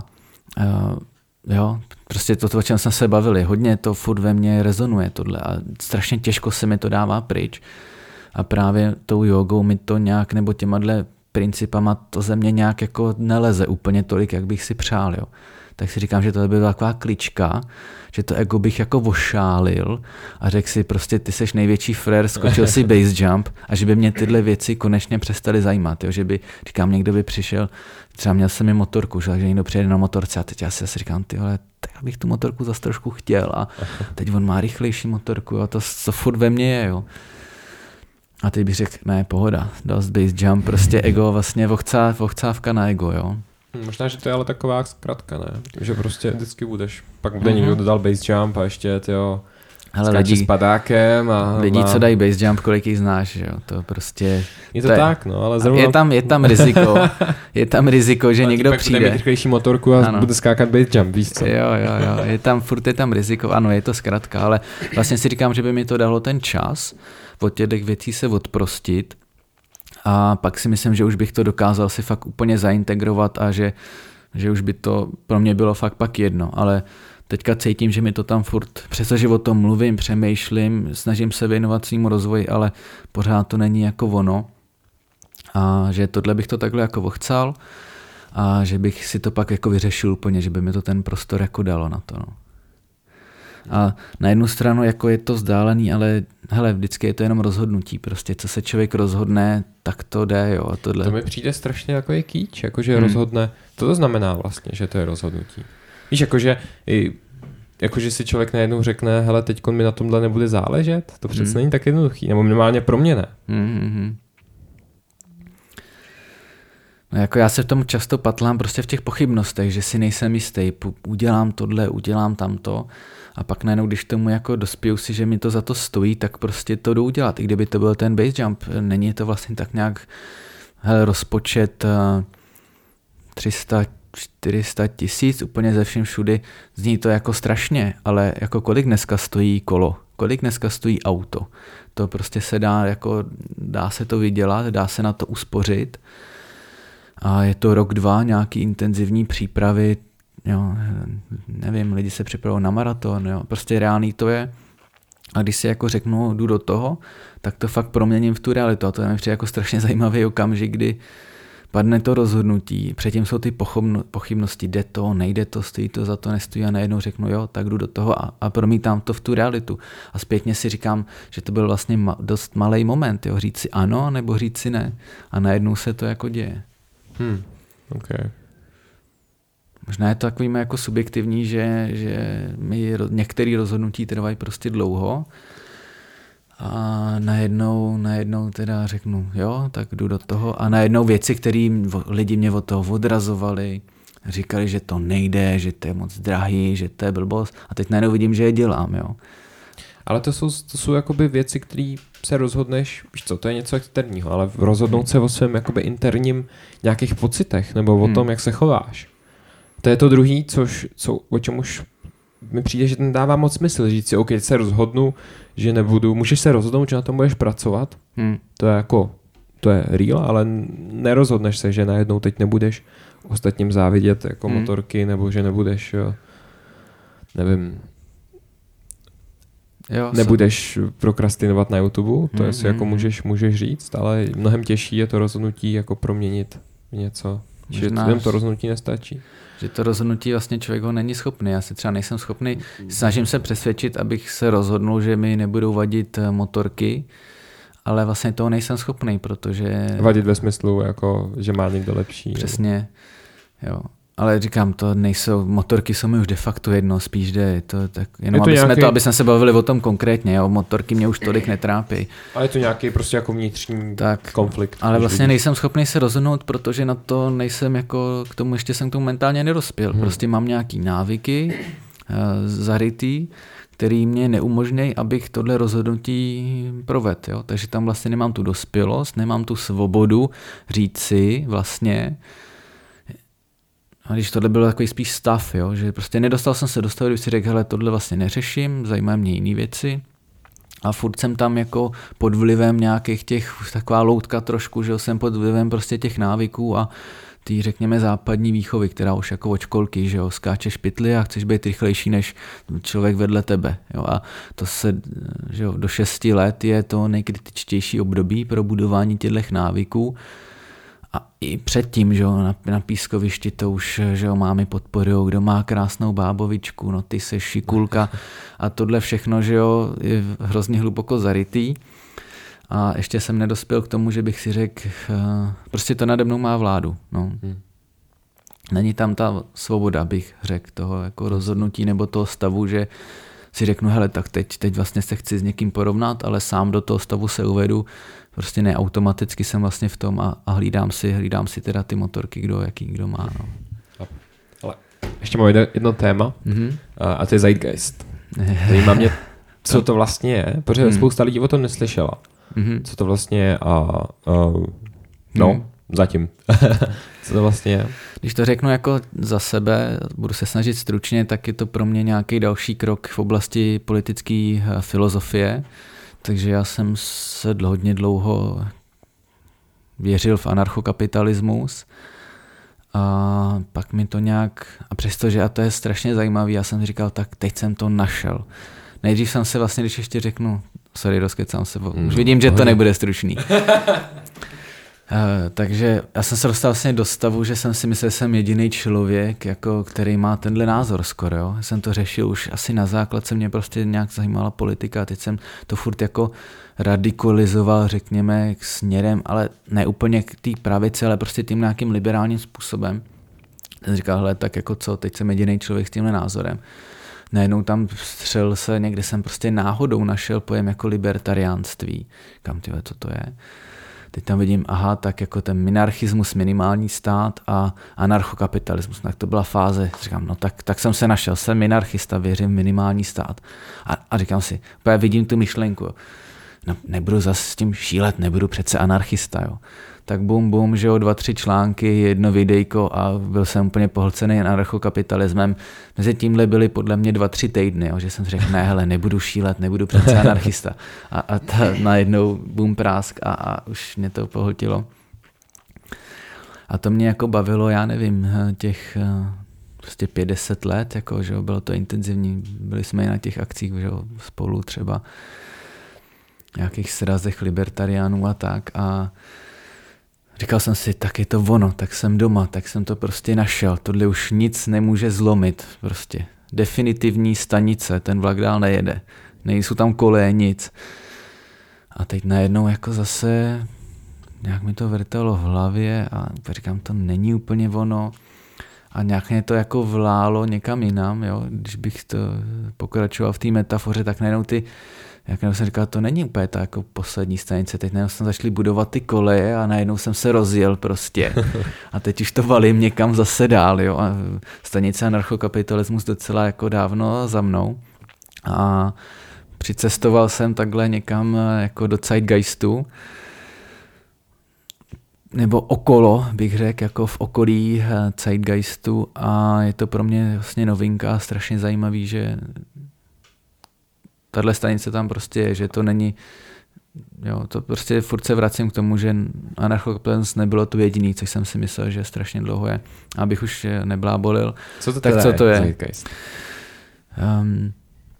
jo, prostě to, o čem jsme se bavili, hodně to furt ve mně rezonuje tohle a strašně těžko se mi to dává pryč. A právě tou jogou mi to nějak, nebo těmadle principama to ze mě nějak jako neleze úplně tolik, jak bych si přál, jo. Tak si říkám, že to by byla taková klička, že to ego bych jako vošálil a řekl si prostě ty seš největší frér, skočil si base jump a že by mě tyhle věci konečně přestaly zajímat, jo. Že by, říkám, někdo by přišel, třeba měl jsem mi motorku, že někdo přijede na motorce a teď já si asi říkám, ty vole, tak bych tu motorku zase trošku chtěl a teď on má rychlejší motorku a to, to furt ve mně je, jo. A teď bych řekl, ne, pohoda, dost base jump, prostě ego, vlastně vochcá, vochcávka na ego, jo. Možná, že to je ale taková zkratka, ne? Že prostě vždycky budeš, pak bude mm-hmm. někdo dodal base jump a ještě, tyjo, skáče s padákem a... Lidi, má... co dají base jump, kolik jich znáš, jo, to prostě... Je to, to tak, je, no, ale zrovna... Je tam, je tam riziko, je tam riziko, že někdo pak přijde... Pak bude mít rychlejší motorku a ano. bude skákat base jump, víš co? Jo, jo, jo, je tam, furt je tam riziko, ano, je to zkratka, ale vlastně si říkám, že by mi to dalo ten čas od těch věcí se odprostit a pak si myslím, že už bych to dokázal si fakt úplně zaintegrovat a že, že už by to pro mě bylo fakt pak jedno, ale teďka cítím, že mi to tam furt, přestože o tom mluvím, přemýšlím, snažím se věnovat svému rozvoji, ale pořád to není jako ono a že tohle bych to takhle jako vochcal a že bych si to pak jako vyřešil úplně, že by mi to ten prostor jako dalo na to, no. A na jednu stranu jako je to vzdálený, ale hele, vždycky je to jenom rozhodnutí. Prostě co se člověk rozhodne, tak to jde, jo. A tohle. To mi přijde strašně jako je kýč, jakože hmm. rozhodne. To to znamená vlastně, že to je rozhodnutí. Víš, jakože, jakože si člověk najednou řekne, hele, teďkon mi na tomhle nebude záležet, to přece hmm. není tak jednoduchý, nebo minimálně pro mě ne. Hmm. No jako já se v tom často patlám prostě v těch pochybnostech, že si nejsem jistý, udělám tohle, udělám tamto a pak najednou, když tomu jako dospěju si, že mi to za to stojí, tak prostě to jdu udělat. I kdyby to byl ten base jump, není to vlastně tak nějak hele, rozpočet tři sta čtyři sta tisíc úplně ze všem všudy, zní to jako strašně, ale jako kolik dneska stojí kolo, kolik dneska stojí auto, to prostě se dá, jako dá se to vydělat, dá se na to uspořit. A je to rok, dva, nějaký intenzivní přípravy, jo, nevím, lidi se připravují na maraton, jo, prostě reálný to je. A když si jako řeknu, jdu do toho, tak to fakt proměním v tu realitu. A to je mi přijde jako strašně zajímavý okamžik, kdy padne to rozhodnutí, předtím jsou ty pochybnosti, jde to, nejde to, stojí to za to, nestojí a najednou řeknu, jo, tak jdu do toho a, a promítám to v tu realitu. A zpětně si říkám, že to byl vlastně ma, dost malej moment, jo, říct si ano, nebo říct si ne. A najednou se to jako děje. Hmm, okay. Možná je to takový jako subjektivní, že, že mi některé rozhodnutí trvají prostě dlouho a najednou, najednou teda řeknu, jo, tak jdu do toho a najednou věci, které lidi mě od toho odrazovali, říkali, že to nejde, že to je moc drahý, že to je blbost a teď najednou vidím, že je dělám, jo. Ale to jsou, to jsou jakoby věci, které se rozhodneš, víš co, to je něco externího, ale rozhodnout se o svém jakoby interním nějakých pocitech nebo o hmm. tom, jak se chováš. To je to druhý, což, co, o čem už mi přijde, že ten dává moc smysl, říct si, OK, se rozhodnu, že nebudu, můžeš se rozhodnout, že na tom budeš pracovat, hmm. to je jako, to je real, ale nerozhodneš se, že najednou teď nebudeš ostatním závidět jako hmm. motorky, nebo že nebudeš, nevím, Jo, nebudeš jsem... prokrastinovat na YouTube, to mm, je, jako mm. můžeš, můžeš říct, ale mnohem těžší je to rozhodnutí jako proměnit něco. Že jen to rozhodnutí nestačí. Že to rozhodnutí vlastně člověk ho není schopný. Já si třeba nejsem schopný, snažím se přesvědčit, abych se rozhodnul, že mi nebudou vadit motorky, ale vlastně toho nejsem schopný, protože... Vadit ve smyslu, jako, že má někdo lepší. Přesně, jo. Ale říkám, to nejsou, motorky jsou mi už de facto jedno, spíš jde, to tak, jenom to aby, nějaký... jsme to, aby jsme se bavili o tom konkrétně, jo, motorky mě už tolik netrápí. Ale je to nějaký prostě jako vnitřní tak, konflikt. Ale vlastně vidíš. Nejsem schopný se rozhodnout, protože na to nejsem jako, k tomu ještě jsem k tomu mentálně nedospěl, hmm. prostě mám nějaký návyky, zarytý, který mě neumožňují, abych tohle rozhodnutí provedl. Jo? Takže tam vlastně nemám tu dospělost, nemám tu svobodu říct si vlastně, a když tohle bylo takový spíš stav, jo? Že prostě nedostal jsem se do stavu, když si řekl, hele, tohle vlastně neřeším, zajímají mě jiné věci. A furt jsem tam jako pod vlivem nějakých těch, taková loutka trošku, že jsem pod vlivem prostě těch návyků a ty, řekněme, západní výchovy, která už jako od školky, že jo, skáčeš pytli a chceš být rychlejší než člověk vedle tebe. Jo, a to se, že jo, do šesti let je to nejkritičtější období pro budování těchto návyků. A i předtím, že jo, na, na pískovišti to už, že jo, mámy podporujou, kdo má krásnou bábovičku, no ty seš šikulka a tohle všechno, že jo, je hrozně hluboko zarytý. A ještě jsem nedospěl k tomu, že bych si řekl, prostě to nade mnou má vládu. No. Hmm. Není tam ta svoboda, bych řekl, toho jako rozhodnutí nebo toho stavu, že si řeknu, hele, tak teď, teď vlastně se chci s někým porovnat, ale sám do toho stavu se uvedu, prostě ne, automaticky jsem vlastně v tom a, a hlídám si, hlídám si teda ty motorky, kdo jaký, kdo má. No. Ale ještě mám jedno téma mm-hmm. a to je Zeitgeist. Zajímá mě, co to vlastně je, protože mm. spousta lidí o tom neslyšela. Mm-hmm. Co to vlastně je a, a no, mm. zatím. Co to vlastně je? Když to řeknu jako za sebe, budu se snažit stručně, tak je to pro mě nějaký další krok v oblasti politické filozofie. Takže já jsem se hodně dlouho věřil v anarchokapitalismus a pak mi to nějak, a přestože, a to je strašně zajímavý, já jsem říkal, tak teď jsem to našel. Nejdřív jsem se vlastně, když ještě řeknu, sorry, rozkecám se, mm, už vidím, že to nebude stručný. Uh, takže já jsem se dostal vlastně do stavu, že jsem si myslel, že jsem jediný člověk, jako, který má tenhle názor skoro. Jo? Já jsem to řešil už asi na základce, mě prostě nějak zajímala politika a teď jsem to furt jako radikalizoval, řekněme, k směrem, ale ne úplně k té pravici, ale prostě tím nějakým liberálním způsobem. Jsem říkal, hele, tak jako co, teď jsem jediný člověk s tímhle názorem. Najednou tam střel se, někde jsem prostě náhodou našel pojem jako libertariánství. Kam tyhle, co to je? Teď tam vidím, aha, tak jako ten minarchismus, minimální stát a anarchokapitalismus. Tak to byla fáze, říkám, no tak, tak jsem se našel, jsem minarchista, věřím v minimální stát. A, a říkám si, vidím tu myšlenku, no nebudu zase s tím šílet, nebudu přece anarchista, jo. Tak bum, bum, že jo, dva, tři články, jedno videjko a byl jsem úplně pohlcený anarchokapitalismem. Mezi tímhle byly podle mě dva, tři týdny, jo, že jsem řekl, ne, hele, nebudu šílet, nebudu přece anarchista. A, a ta, najednou bum, prásk a, a už mě to pohltilo. A to mě jako bavilo, já nevím, těch prostě pět deset let, jako, že jo, bylo to intenzivní, byli jsme i na těch akcích, že jo, spolu třeba nějakých srazech libertariánů a tak a říkal jsem si, tak je to ono, tak jsem doma, tak jsem to prostě našel. Tohle už nic nemůže zlomit. Prostě definitivní stanice, ten vlak dál nejede. Nejsou tam koleje, nic. A teď najednou jako zase nějak mi to vrtalo v hlavě a říkám, to není úplně ono. A nějak mě to jako vlálo někam jinam, jo. Když bych to pokračoval v té metafoře, tak najednou ty jak jsem říkal, to není úplně ta jako poslední stanice, teď najednou jsem začali budovat ty koleje a najednou jsem se rozjel prostě. A teď už to valím někam zase dál, jo. A stanice anarchokapitalismus docela jako dávno za mnou. A přicestoval jsem takhle někam jako do Zeitgeistu, nebo okolo, bych řekl, jako v okolí Zeitgeistu a je to pro mě vlastně novinka, strašně zajímavý, že tahle stanice tam prostě je, že to není, jo, to prostě furt se vracím k tomu, že anarchokapitalismus nebylo tu jediný, což jsem si myslel, že strašně dlouho je, abych už neblábolil. Co to tak co to je? je? Um,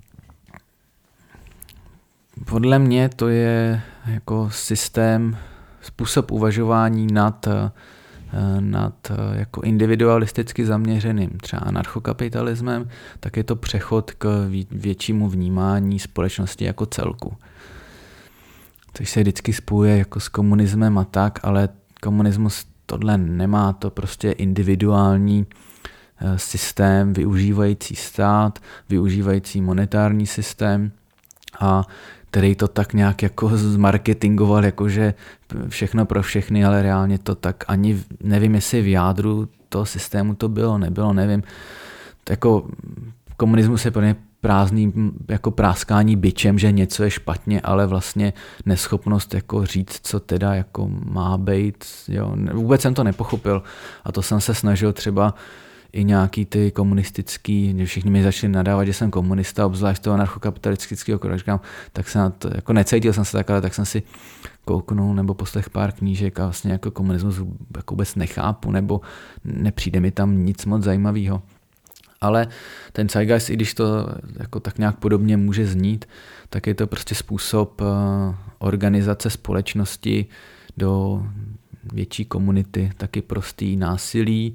podle mě to je jako systém, způsob uvažování nad, nad jako individualisticky zaměřeným třeba anarchokapitalismem, tak je to přechod k většímu vnímání společnosti jako celku. Což se vždycky spojuje jako s komunismem a tak, ale komunismus tohle nemá, to prostě individuální systém, využívající stát, využívající monetární systém a který to tak nějak jako zmarketingoval, jakože všechno pro všechny, ale reálně to tak ani nevím, jestli v jádru toho systému to bylo, nebylo, nevím. To jako komunismus je pro ně prázdný jako práskání bičem, že něco je špatně, ale vlastně neschopnost jako říct, co teda jako má být. Jo. Vůbec jsem to nepochopil a to jsem se snažil třeba i nějaký ty komunistický, že všichni mi začali nadávat, že jsem komunista, obzvlášť toho anarchokapitalistického okruhu, říkám, tak jsem na to, jako necítil jsem se tak, ale tak jsem si kouknul nebo poslech pár knížek a vlastně jako komunismus jako vůbec nechápu, nebo nepřijde mi tam nic moc zajímavého. Ale ten zeitgeist, i když to jako tak nějak podobně může znít, tak je to prostě způsob organizace společnosti do větší komunity, taky prostý násilí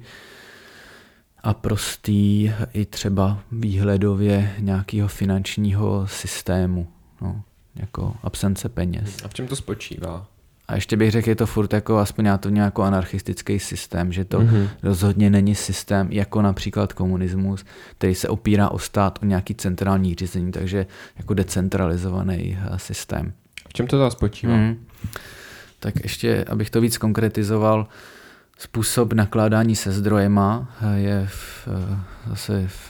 a prostý i třeba výhledově nějakého finančního systému, no, jako absence peněz. A v čem to spočívá? A ještě bych řekl, je to furt jako, aspoň já to nějaký anarchistický systém, že to mm-hmm. rozhodně není systém jako například komunismus, který se opírá o stát, o nějaký centrální řízení, takže jako decentralizovaný systém. V čem to teda spočívá? Mm. Tak ještě, abych to víc konkretizoval, způsob nakládání se zdrojema je v, zase v,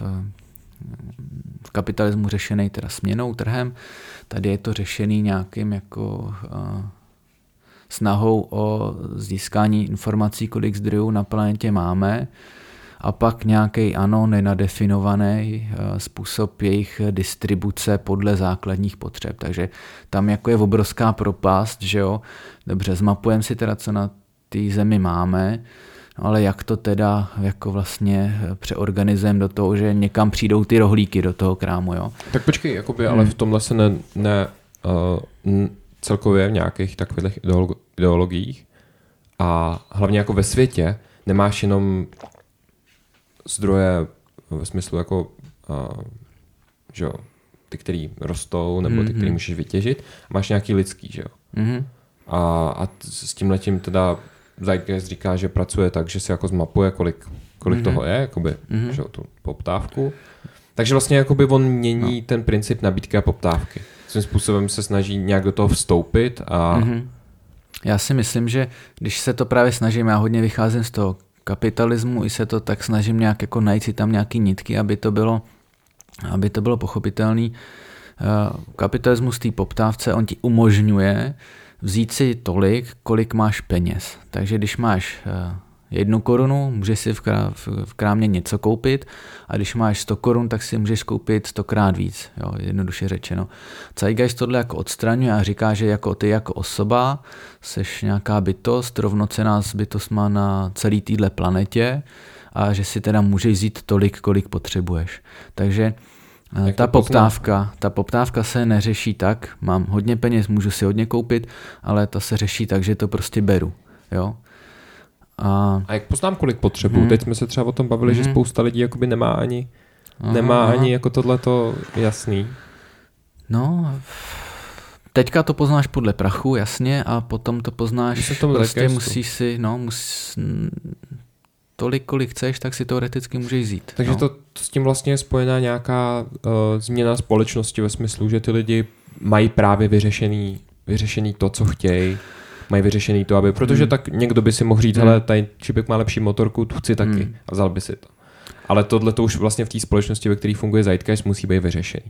v kapitalismu řešený teda směnou, trhem. Tady je to řešený nějakým jako snahou o získání informací, kolik zdrojů na planetě máme, a pak nějaký ano, nenadefinovaný způsob jejich distribuce podle základních potřeb. Takže tam jako je obrovská propast, že jo, dobře, zmapujeme si teda, co na té zemi máme, ale jak to teda jako vlastně přeorganizujeme do toho, že někam přijdou ty rohlíky do toho krámu, jo. Tak počkej, jakoby, hmm. ale v tomhle se ne, ne uh, celkově v nějakých takových ideologiích a hlavně jako ve světě nemáš jenom zdroje ve smyslu jako uh, že jo, ty, který rostou nebo ty, mm-hmm. který můžeš vytěžit, a máš nějaký lidský, že jo. Mm-hmm. A, a s tímhletím teda Zeitgeist říká, že pracuje tak, že si jako zmapuje, kolik, kolik mm-hmm. toho je, jakoby, mm-hmm. že jo, tu poptávku. Takže vlastně jakoby on mění no. ten princip nabídky a poptávky. Svým způsobem se snaží nějak do toho vstoupit a... Mm-hmm. Já si myslím, že když se to právě snažím, já hodně vycházím z toho kapitalismu, i se to tak snažím nějak jako najít si tam nějaký nitky, aby to bylo, aby to bylo pochopitelný. Kapitalismus té poptávce, on ti umožňuje vzít si tolik, kolik máš peněz. Takže když máš jednu korunu, můžeš si v krámě něco koupit, a když máš sto korun, tak si můžeš koupit stokrát víc, jo, jednoduše řečeno. Zeitgeist tohle jako odstraňuje a říká, že jako ty jako osoba seš nějaká bytost, rovnocenná s bytostma na celé téhle planetě, a že si teda můžeš vzít tolik, kolik potřebuješ. Takže jak ta poptávka, ta poptávka se neřeší tak, mám hodně peněz, můžu si hodně koupit, ale ta se řeší tak, že to prostě beru, jo. A, a jak poznám, kolik potřebuji? Hmm. Teď jsme se třeba o tom bavili, hmm. že spousta lidí jakoby nemá ani, aha, nemá aha. ani jako tohleto jasný. No, teďka to poznáš podle prachu, jasně, a potom to poznáš, prostě musíš si, no, musíš, tolik, kolik chceš, tak si teoreticky můžeš vzít. Takže no. to, to s tím vlastně je spojená nějaká uh, změna společnosti ve smyslu, že ty lidi mají právě vyřešený, vyřešený to, co chtějí, mají vyřešený to, aby, protože hmm. tak někdo by si mohl říct, hele, tady Čipek má lepší motorku, tu chci taky, hmm. a vzal by si to. Ale tohle to už vlastně v té společnosti, ve které funguje Zeitgeist, musí být vyřešený.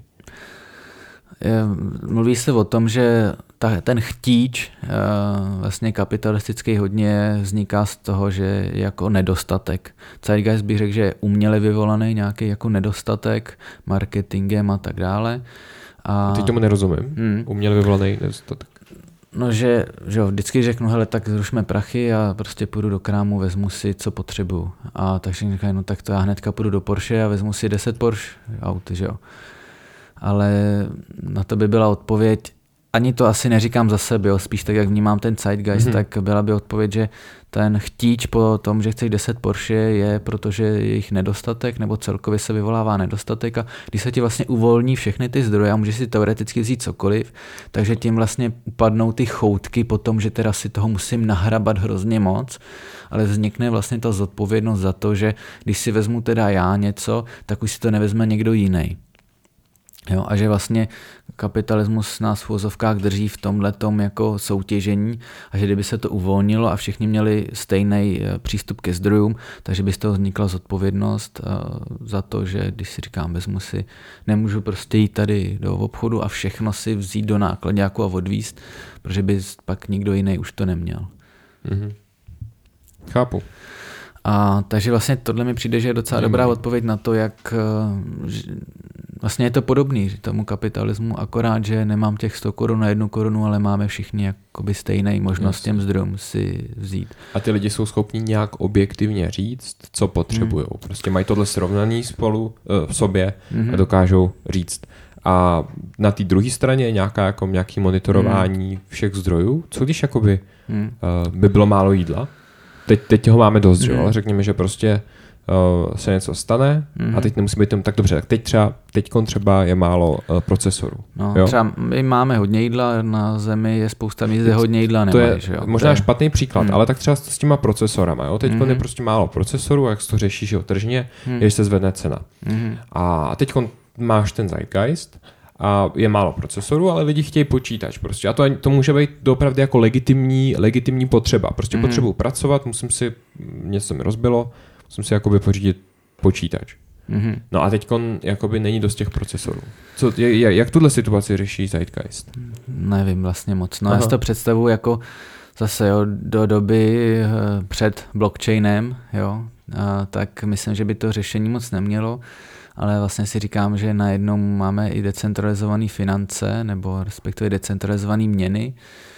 Mluví se o tom, že ta, ten chtíč vlastně kapitalistický hodně vzniká z toho, že je jako nedostatek. Zeitgeist bych řekl, že je uměle vyvolaný nějaký jako nedostatek marketingem a tak dále. A teď tomu nerozumím. Hmm. Uměle vyvolaný nedostatek. No, že, že jo, vždycky řeknu, hele, tak zrušme prachy a prostě půjdu do krámu, vezmu si, co potřebuju. A takže říkají, no tak to já hnedka půjdu do Porsche a vezmu si deset Porsche aut, že jo. Ale na to by byla odpověď, ani to asi neříkám za sebe, jo, spíš tak, jak vnímám ten Zeitgeist, mm-hmm. tak byla by odpověď, že ten chtíč po tom, že chceš deset Porsche, je protože je jich nedostatek, nebo celkově se vyvolává nedostatek, a když se ti vlastně uvolní všechny ty zdroje a můžeš si teoreticky vzít cokoliv, takže tím vlastně upadnou ty choutky po tom, že teda si toho musím nahrabat hrozně moc, ale vznikne vlastně ta zodpovědnost za to, že když si vezmu teda já něco, tak už si to nevezme někdo jiný. Jo, a že vlastně kapitalismus nás v uvozovkách drží v tomhletom jako soutěžení a že kdyby se to uvolnilo a všichni měli stejný přístup ke zdrojům, takže by z toho vznikla zodpovědnost za to, že když si říkám, vezmu si, nemůžu prostě jít tady do obchodu a všechno si vzít do nákladňáku a odvízt, protože by pak nikdo jiný už to neměl. Mm-hmm. Chápu. A takže vlastně tohle mi přijde, že je docela dobrá odpověď na to, jak vlastně je to podobný tomu kapitalismu, akorát, že nemám těch sto korun na jednu korunu, ale máme všichni jakoby stejné možnost těm zdrojům si vzít. A ty lidi jsou schopni nějak objektivně říct, co potřebují. Hmm. Prostě mají tohle srovnaný spolu v sobě hmm. a dokážou říct. A na té druhé straně je nějaká, jako nějaký monitorování hmm. všech zdrojů. Co když jakoby hmm. uh, by bylo málo jídla? Teď, teď ho máme dost, mm. ale řekněme, že prostě uh, se něco stane mm. a teď nemusí být tomu tak dobře. Tak teď třeba, teďkon třeba je málo uh, procesorů. No, jo? Třeba my máme hodně jídla, na zemi je spousta míst, kde hodně jídla nemají. To je že jo? možná je... špatný příklad, mm. ale tak třeba s těma procesorama. Jo? Teďkon mm. je prostě málo procesorů, jak se to řeší, že jo, tržně, mm. když se zvedne cena. Mm. A teďkon máš ten zeitgeist, a je málo procesorů, ale lidi chtějí počítač prostě. A to, to může být opravdu jako legitimní, legitimní potřeba. Prostě mm. potřebuji pracovat, musím si, něco mi rozbilo, musím si jakoby pořídit počítač. Mm. No a teďkon jakoby není dost těch procesorů. Co, jak, jak tuhle situaci řeší Zeitgeist? Nevím vlastně moc. No Aha. já si to představuji jako zase jo, do doby před blockchainem, jo, a tak myslím, že by to řešení moc nemělo. Ale vlastně si říkám, že najednou máme i decentralizované finance, nebo respektive decentralizované měny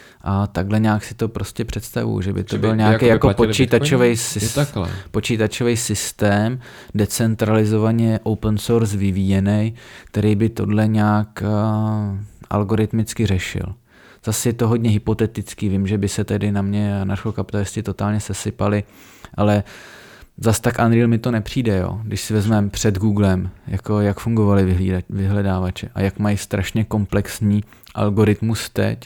a takhle nějak si to prostě představuju, že by to byl nějaký jako počítačový, syst- počítačový systém, decentralizovaně open source vyvíjený, který by tohle nějak uh, algoritmicky řešil. Zase je to hodně hypotetický, vím, že by se tedy na mě anarchokapitalisti totálně sesypali, ale zas tak Unreal mi to nepřijde, jo. Když si vezmeme před Googlem, jako jak fungovaly vyhledávače a jak mají strašně komplexní algoritmus teď.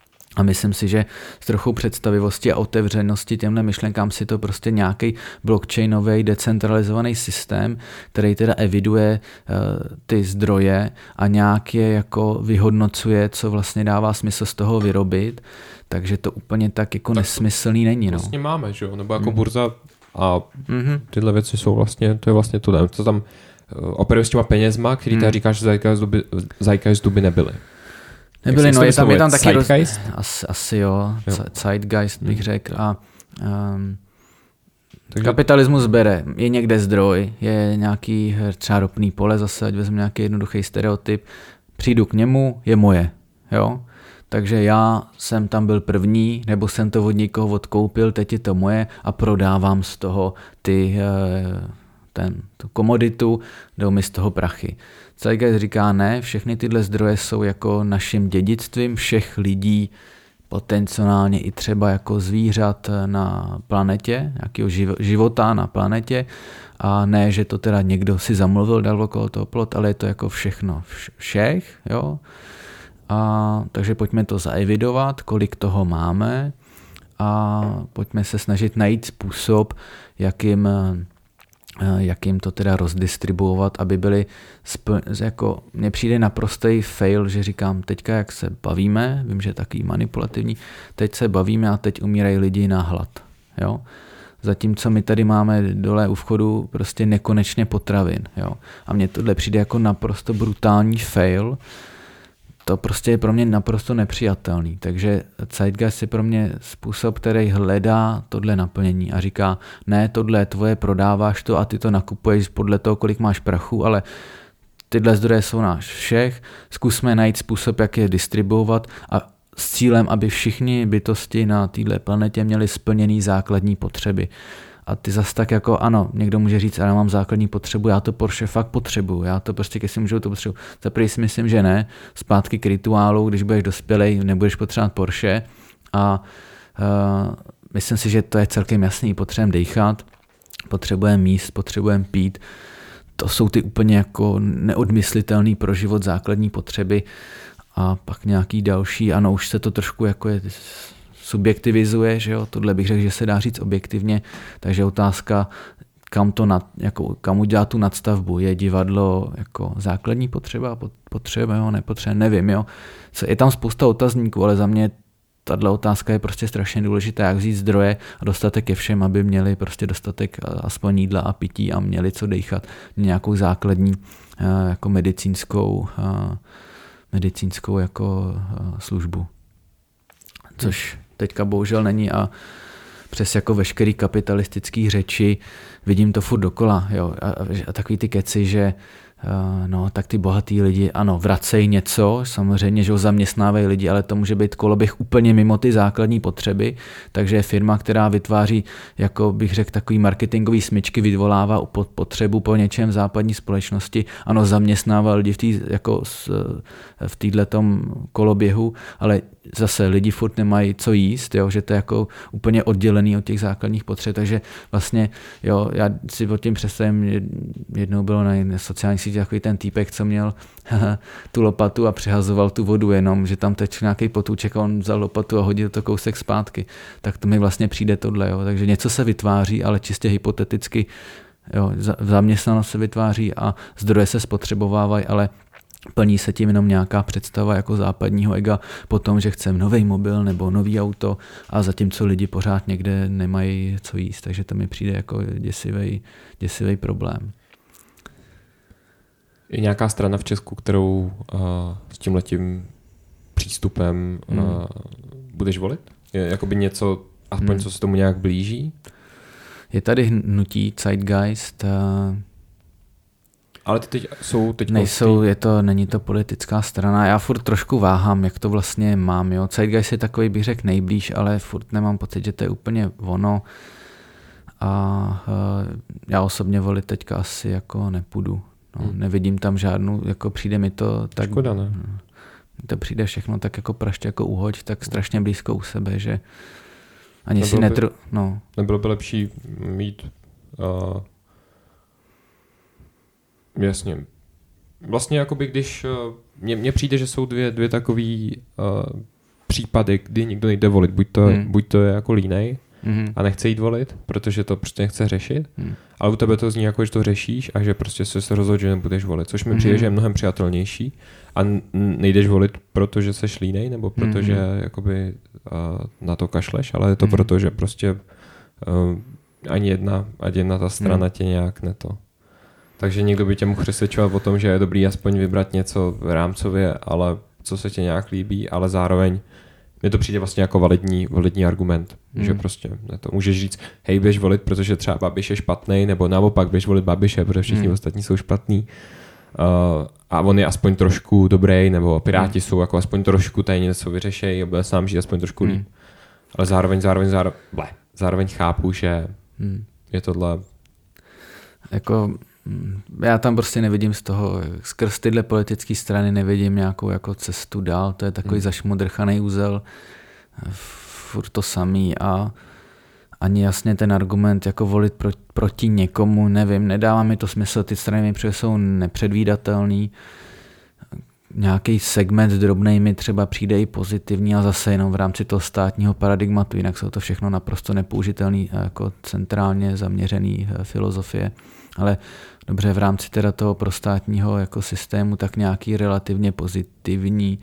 A myslím si, že s trochou představivosti a otevřenosti těmhle myšlenkám si to prostě nějaký blockchainový decentralizovaný systém, který teda eviduje uh, ty zdroje a nějak je jako vyhodnocuje, co vlastně dává smysl z toho vyrobit. Takže to úplně tak jako tak nesmyslný není. No. Vlastně máme, že jo? Nebo jako hmm. burza. A tyhle věci jsou vlastně, to je vlastně to, to tam operuje s těma penězma, který hmm. tady říkáš, že Zeitgeistu by nebyly. Nebyly, no je tam, je tam taky roz... asi, asi jo, jo. Zeitgeist bych řekl. A um, takže... kapitalismus bere, je někde zdroj, je nějaký třeba ropný pole, zase ať vezmu nějaký jednoduchý stereotyp, přijdu k němu, je moje, jo. Takže já jsem tam byl první, nebo jsem to od někoho odkoupil, teď je to moje a prodávám z toho ty, ten, tu komoditu, jdou mi z toho prachy. Zeitgeist říká ne, všechny tyhle zdroje jsou jako naším dědictvím všech lidí, potenciálně i třeba jako zvířat na planetě, nějakého života na planetě a ne, že to teda někdo si zamluvil, dal okolo toho plot, ale je to jako všechno všech, jo. A, takže pojďme to zaevidovat, kolik toho máme a pojďme se snažit najít způsob, jakým, jakým to teda rozdistribuovat, aby byly, spl- jako mně přijde naprostý fail, že říkám teďka, jak se bavíme, vím, že je takový manipulativní, teď se bavíme a teď umírají lidi na hlad, jo. Zatímco my tady máme dole u vchodu prostě nekonečně potravin, jo. A mně tohle přijde jako naprosto brutální fail. To prostě je pro mě naprosto nepřijatelný. Takže Zeitgeist je pro mě způsob, který hledá tohle naplnění a říká, ne, tohle je tvoje, prodáváš to a ty to nakupuješ podle toho, kolik máš prachu, ale tyhle zdroje jsou náš všech, zkusme najít způsob, jak je distribuovat a s cílem, aby všichni bytosti na této planetě měli splněný základní potřeby. A ty zas tak jako, ano, někdo může říct, ale já mám základní potřebu, já to Porsche fakt potřebuju, já to prostě, když si můžu, to potřebuju. Za první si myslím, že ne, zpátky k rituálu, když budeš dospělej, nebudeš potřebovat Porsche a uh, myslím si, že to je celkem jasný, potřebujeme dýchat, potřebujeme jíst, potřebujeme pít, to jsou ty úplně jako neodmyslitelný pro život základní potřeby a pak nějaký další, ano, už se to trošku jako je subjektivizuje, že jo, tohle bych řekl, že se dá říct objektivně, takže otázka kam, to nad, jako, kam udělat tu nadstavbu. Je divadlo jako základní potřeba, potřebujeme ho, nepotřebujeme, nevím. Jo. Je tam spousta otazníků, ale za mě tato otázka je prostě strašně důležitá, jak vzít zdroje a dostatek ke všem, aby měli prostě dostatek aspoň jídla a pití a měli co dejchat, nějakou základní jako medicínskou, medicínskou jako službu. Což teďka bohužel není a přes jako veškerý kapitalistický řeči vidím to furt dokola. Jo. A, a takový ty keci, že Uh, no, tak ty bohatý lidi, ano, vracejí něco, samozřejmě, že ho zaměstnávají lidi, ale to může být koloběh úplně mimo ty základní potřeby, takže je firma, která vytváří, jako bych řekl, takový marketingový smyčky, vyvolává potřebu po něčem v západní společnosti, ano, zaměstnává lidi v, tý, jako v téhletom koloběhu, ale zase lidi furt nemají co jíst, jo, že to je jako úplně oddělený od těch základních potřeb, takže vlastně, jo, já si pod tím představím, jednou bylo na sociálních sítích takový ten týpek, co měl tu lopatu a přehazoval tu vodu jenom, že tam teč nějaký potůček a on vzal lopatu a hodil to kousek zpátky, tak to mi vlastně přijde tohle, jo, takže něco se vytváří, ale čistě hypoteticky, jo, zaměstnanost se vytváří a zdroje se spotřebovávají, ale plní se tím jenom nějaká představa jako západního ega po tom, že chceme nový mobil nebo nový auto a zatímco lidi pořád někde nemají co jíst, takže to mi přijde jako děsivý, děsivý problém. Je nějaká strana v Česku, kterou uh, s tímhletím přístupem uh, hmm. budeš volit? Je jakoby něco, aspoň hmm. co se tomu nějak blíží? Je tady hnutí Zeitgeist. Uh, Ale ty teď jsou teď nejsou, je to, není to politická strana. Já furt trošku váhám, jak to vlastně mám. Jo. Zeitgeist je takový, bych řekl, nejblíž, ale furt nemám pocit, že to je úplně ono. A uh, já osobně volit teďka asi jako nepůjdu. No, hmm. Nevidím tam žádnou, jako přijde mi to tak... Škoda, ne? To přijde všechno tak jako praště jako uhoď, tak strašně blízko u sebe, že ani nebylo si netru... By, no. Nebylo by lepší mít... Uh, jasně. Vlastně jakoby když... Uh, mně, mně přijde, že jsou dvě, dvě takový uh, případy, kdy někdo nejde volit. Buď to, hmm. buď to je jako línej, mm-hmm. a nechce jít volit, protože to prostě nechce řešit, mm. ale u tebe to zní jako, že to řešíš a že prostě se rozhodl, že nebudeš volit, což mi mm-hmm. přijde, že je mnohem přijatelnější a nejdeš volit, protože seš línej, nebo protože mm-hmm. jakoby uh, na to kašleš, ale je to mm-hmm. proto, že prostě uh, ani jedna, ani jedna ta strana mm. tě nějak neto. Takže někdo by tě mohl přesvědčovat o tom, že je dobrý aspoň vybrat něco v rámcově, ale co se tě nějak líbí, ale zároveň mně to přijde vlastně jako validní, validní argument, mm. že prostě to můžeš říct, hej, běž volit, protože třeba Babiš je špatný, nebo naopak běž volit Babiše, protože všichni mm. ostatní jsou špatný. Uh, a on je aspoň trošku dobrý, nebo Piráti mm. jsou jako aspoň trošku tady něco vyřešejí a bude sám žít aspoň trošku líp. Mm. Ale zároveň, zároveň, zároveň, ble, zároveň chápu, že mm. je tohle... Jako... Já tam prostě nevidím z toho, skrz tyhle politické strany nevidím nějakou jako cestu dál, to je takový hmm. zašmodrchaný úzel, furt to samý a ani jasně ten argument jako volit pro, proti někomu, nevím, nedává mi to smysl, ty strany mi přijde jsou nepředvídatelný, nějaký segment drobnej mi třeba přijde i pozitivní a zase jenom v rámci toho státního paradigmatu, jinak jsou to všechno naprosto nepoužitelný jako centrálně zaměřený filozofie. Ale dobře, v rámci teda toho prostátního jako systému tak nějaký relativně pozitivní,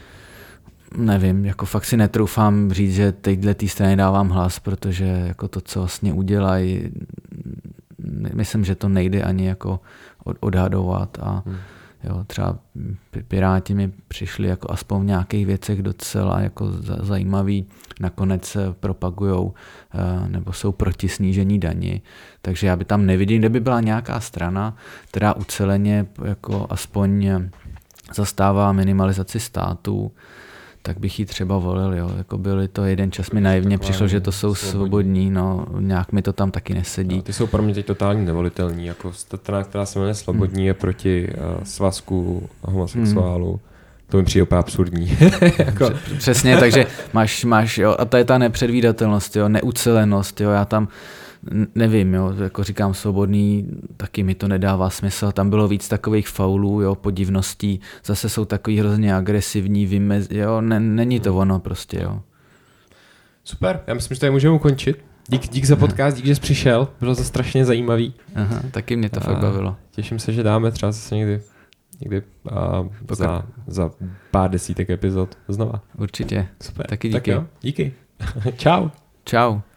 nevím, jako fakt si netroufám říct, že teďhle tý straně dávám hlas, protože jako to, co vlastně udělají, myslím, že to nejde ani jako odhadovat a hmm. jo, třeba Piráti mi přišli jako aspoň v nějakých věcech docela jako zajímavý, nakonec se propagujou nebo jsou proti snížení daní, takže já by tam nevidím, kde by byla nějaká strana, která uceleně jako aspoň zastává minimalizaci států, tak bych ji třeba volil, jo. Jako byli to jeden čas mi naivně přišlo, že to jsou svobodní, svobodní no nějak mi to tam taky nesedí. No, ty jsou pro mě teď totálně nevolitelní, jako strana, která se jmenuje Svobodní, hmm. je proti uh, svazku homosexuálů. Hmm. To mi přijde úplně absurdní. jako. Přesně, takže máš, máš, jo, a to je ta nepředvídatelnost, jo, neucelenost, jo, já tam nevím, jo, jako říkám Svobodný, taky mi to nedává smysl, tam bylo víc takových faulů, jo, podivností, zase jsou takový hrozně agresivní, vymez, jo, ne, není to ono prostě, jo. Super, já myslím, že tady můžeme ukončit. Dík, dík za podcast, dík, že jsi přišel, bylo to strašně zajímavý. Aha, taky mě to a fakt bavilo. Těším se, že dáme třeba zase někdy, někdy a za, za pár desítek epizod znova. Určitě. Super. Taky díky. Tak jo, díky. Čau. Čau.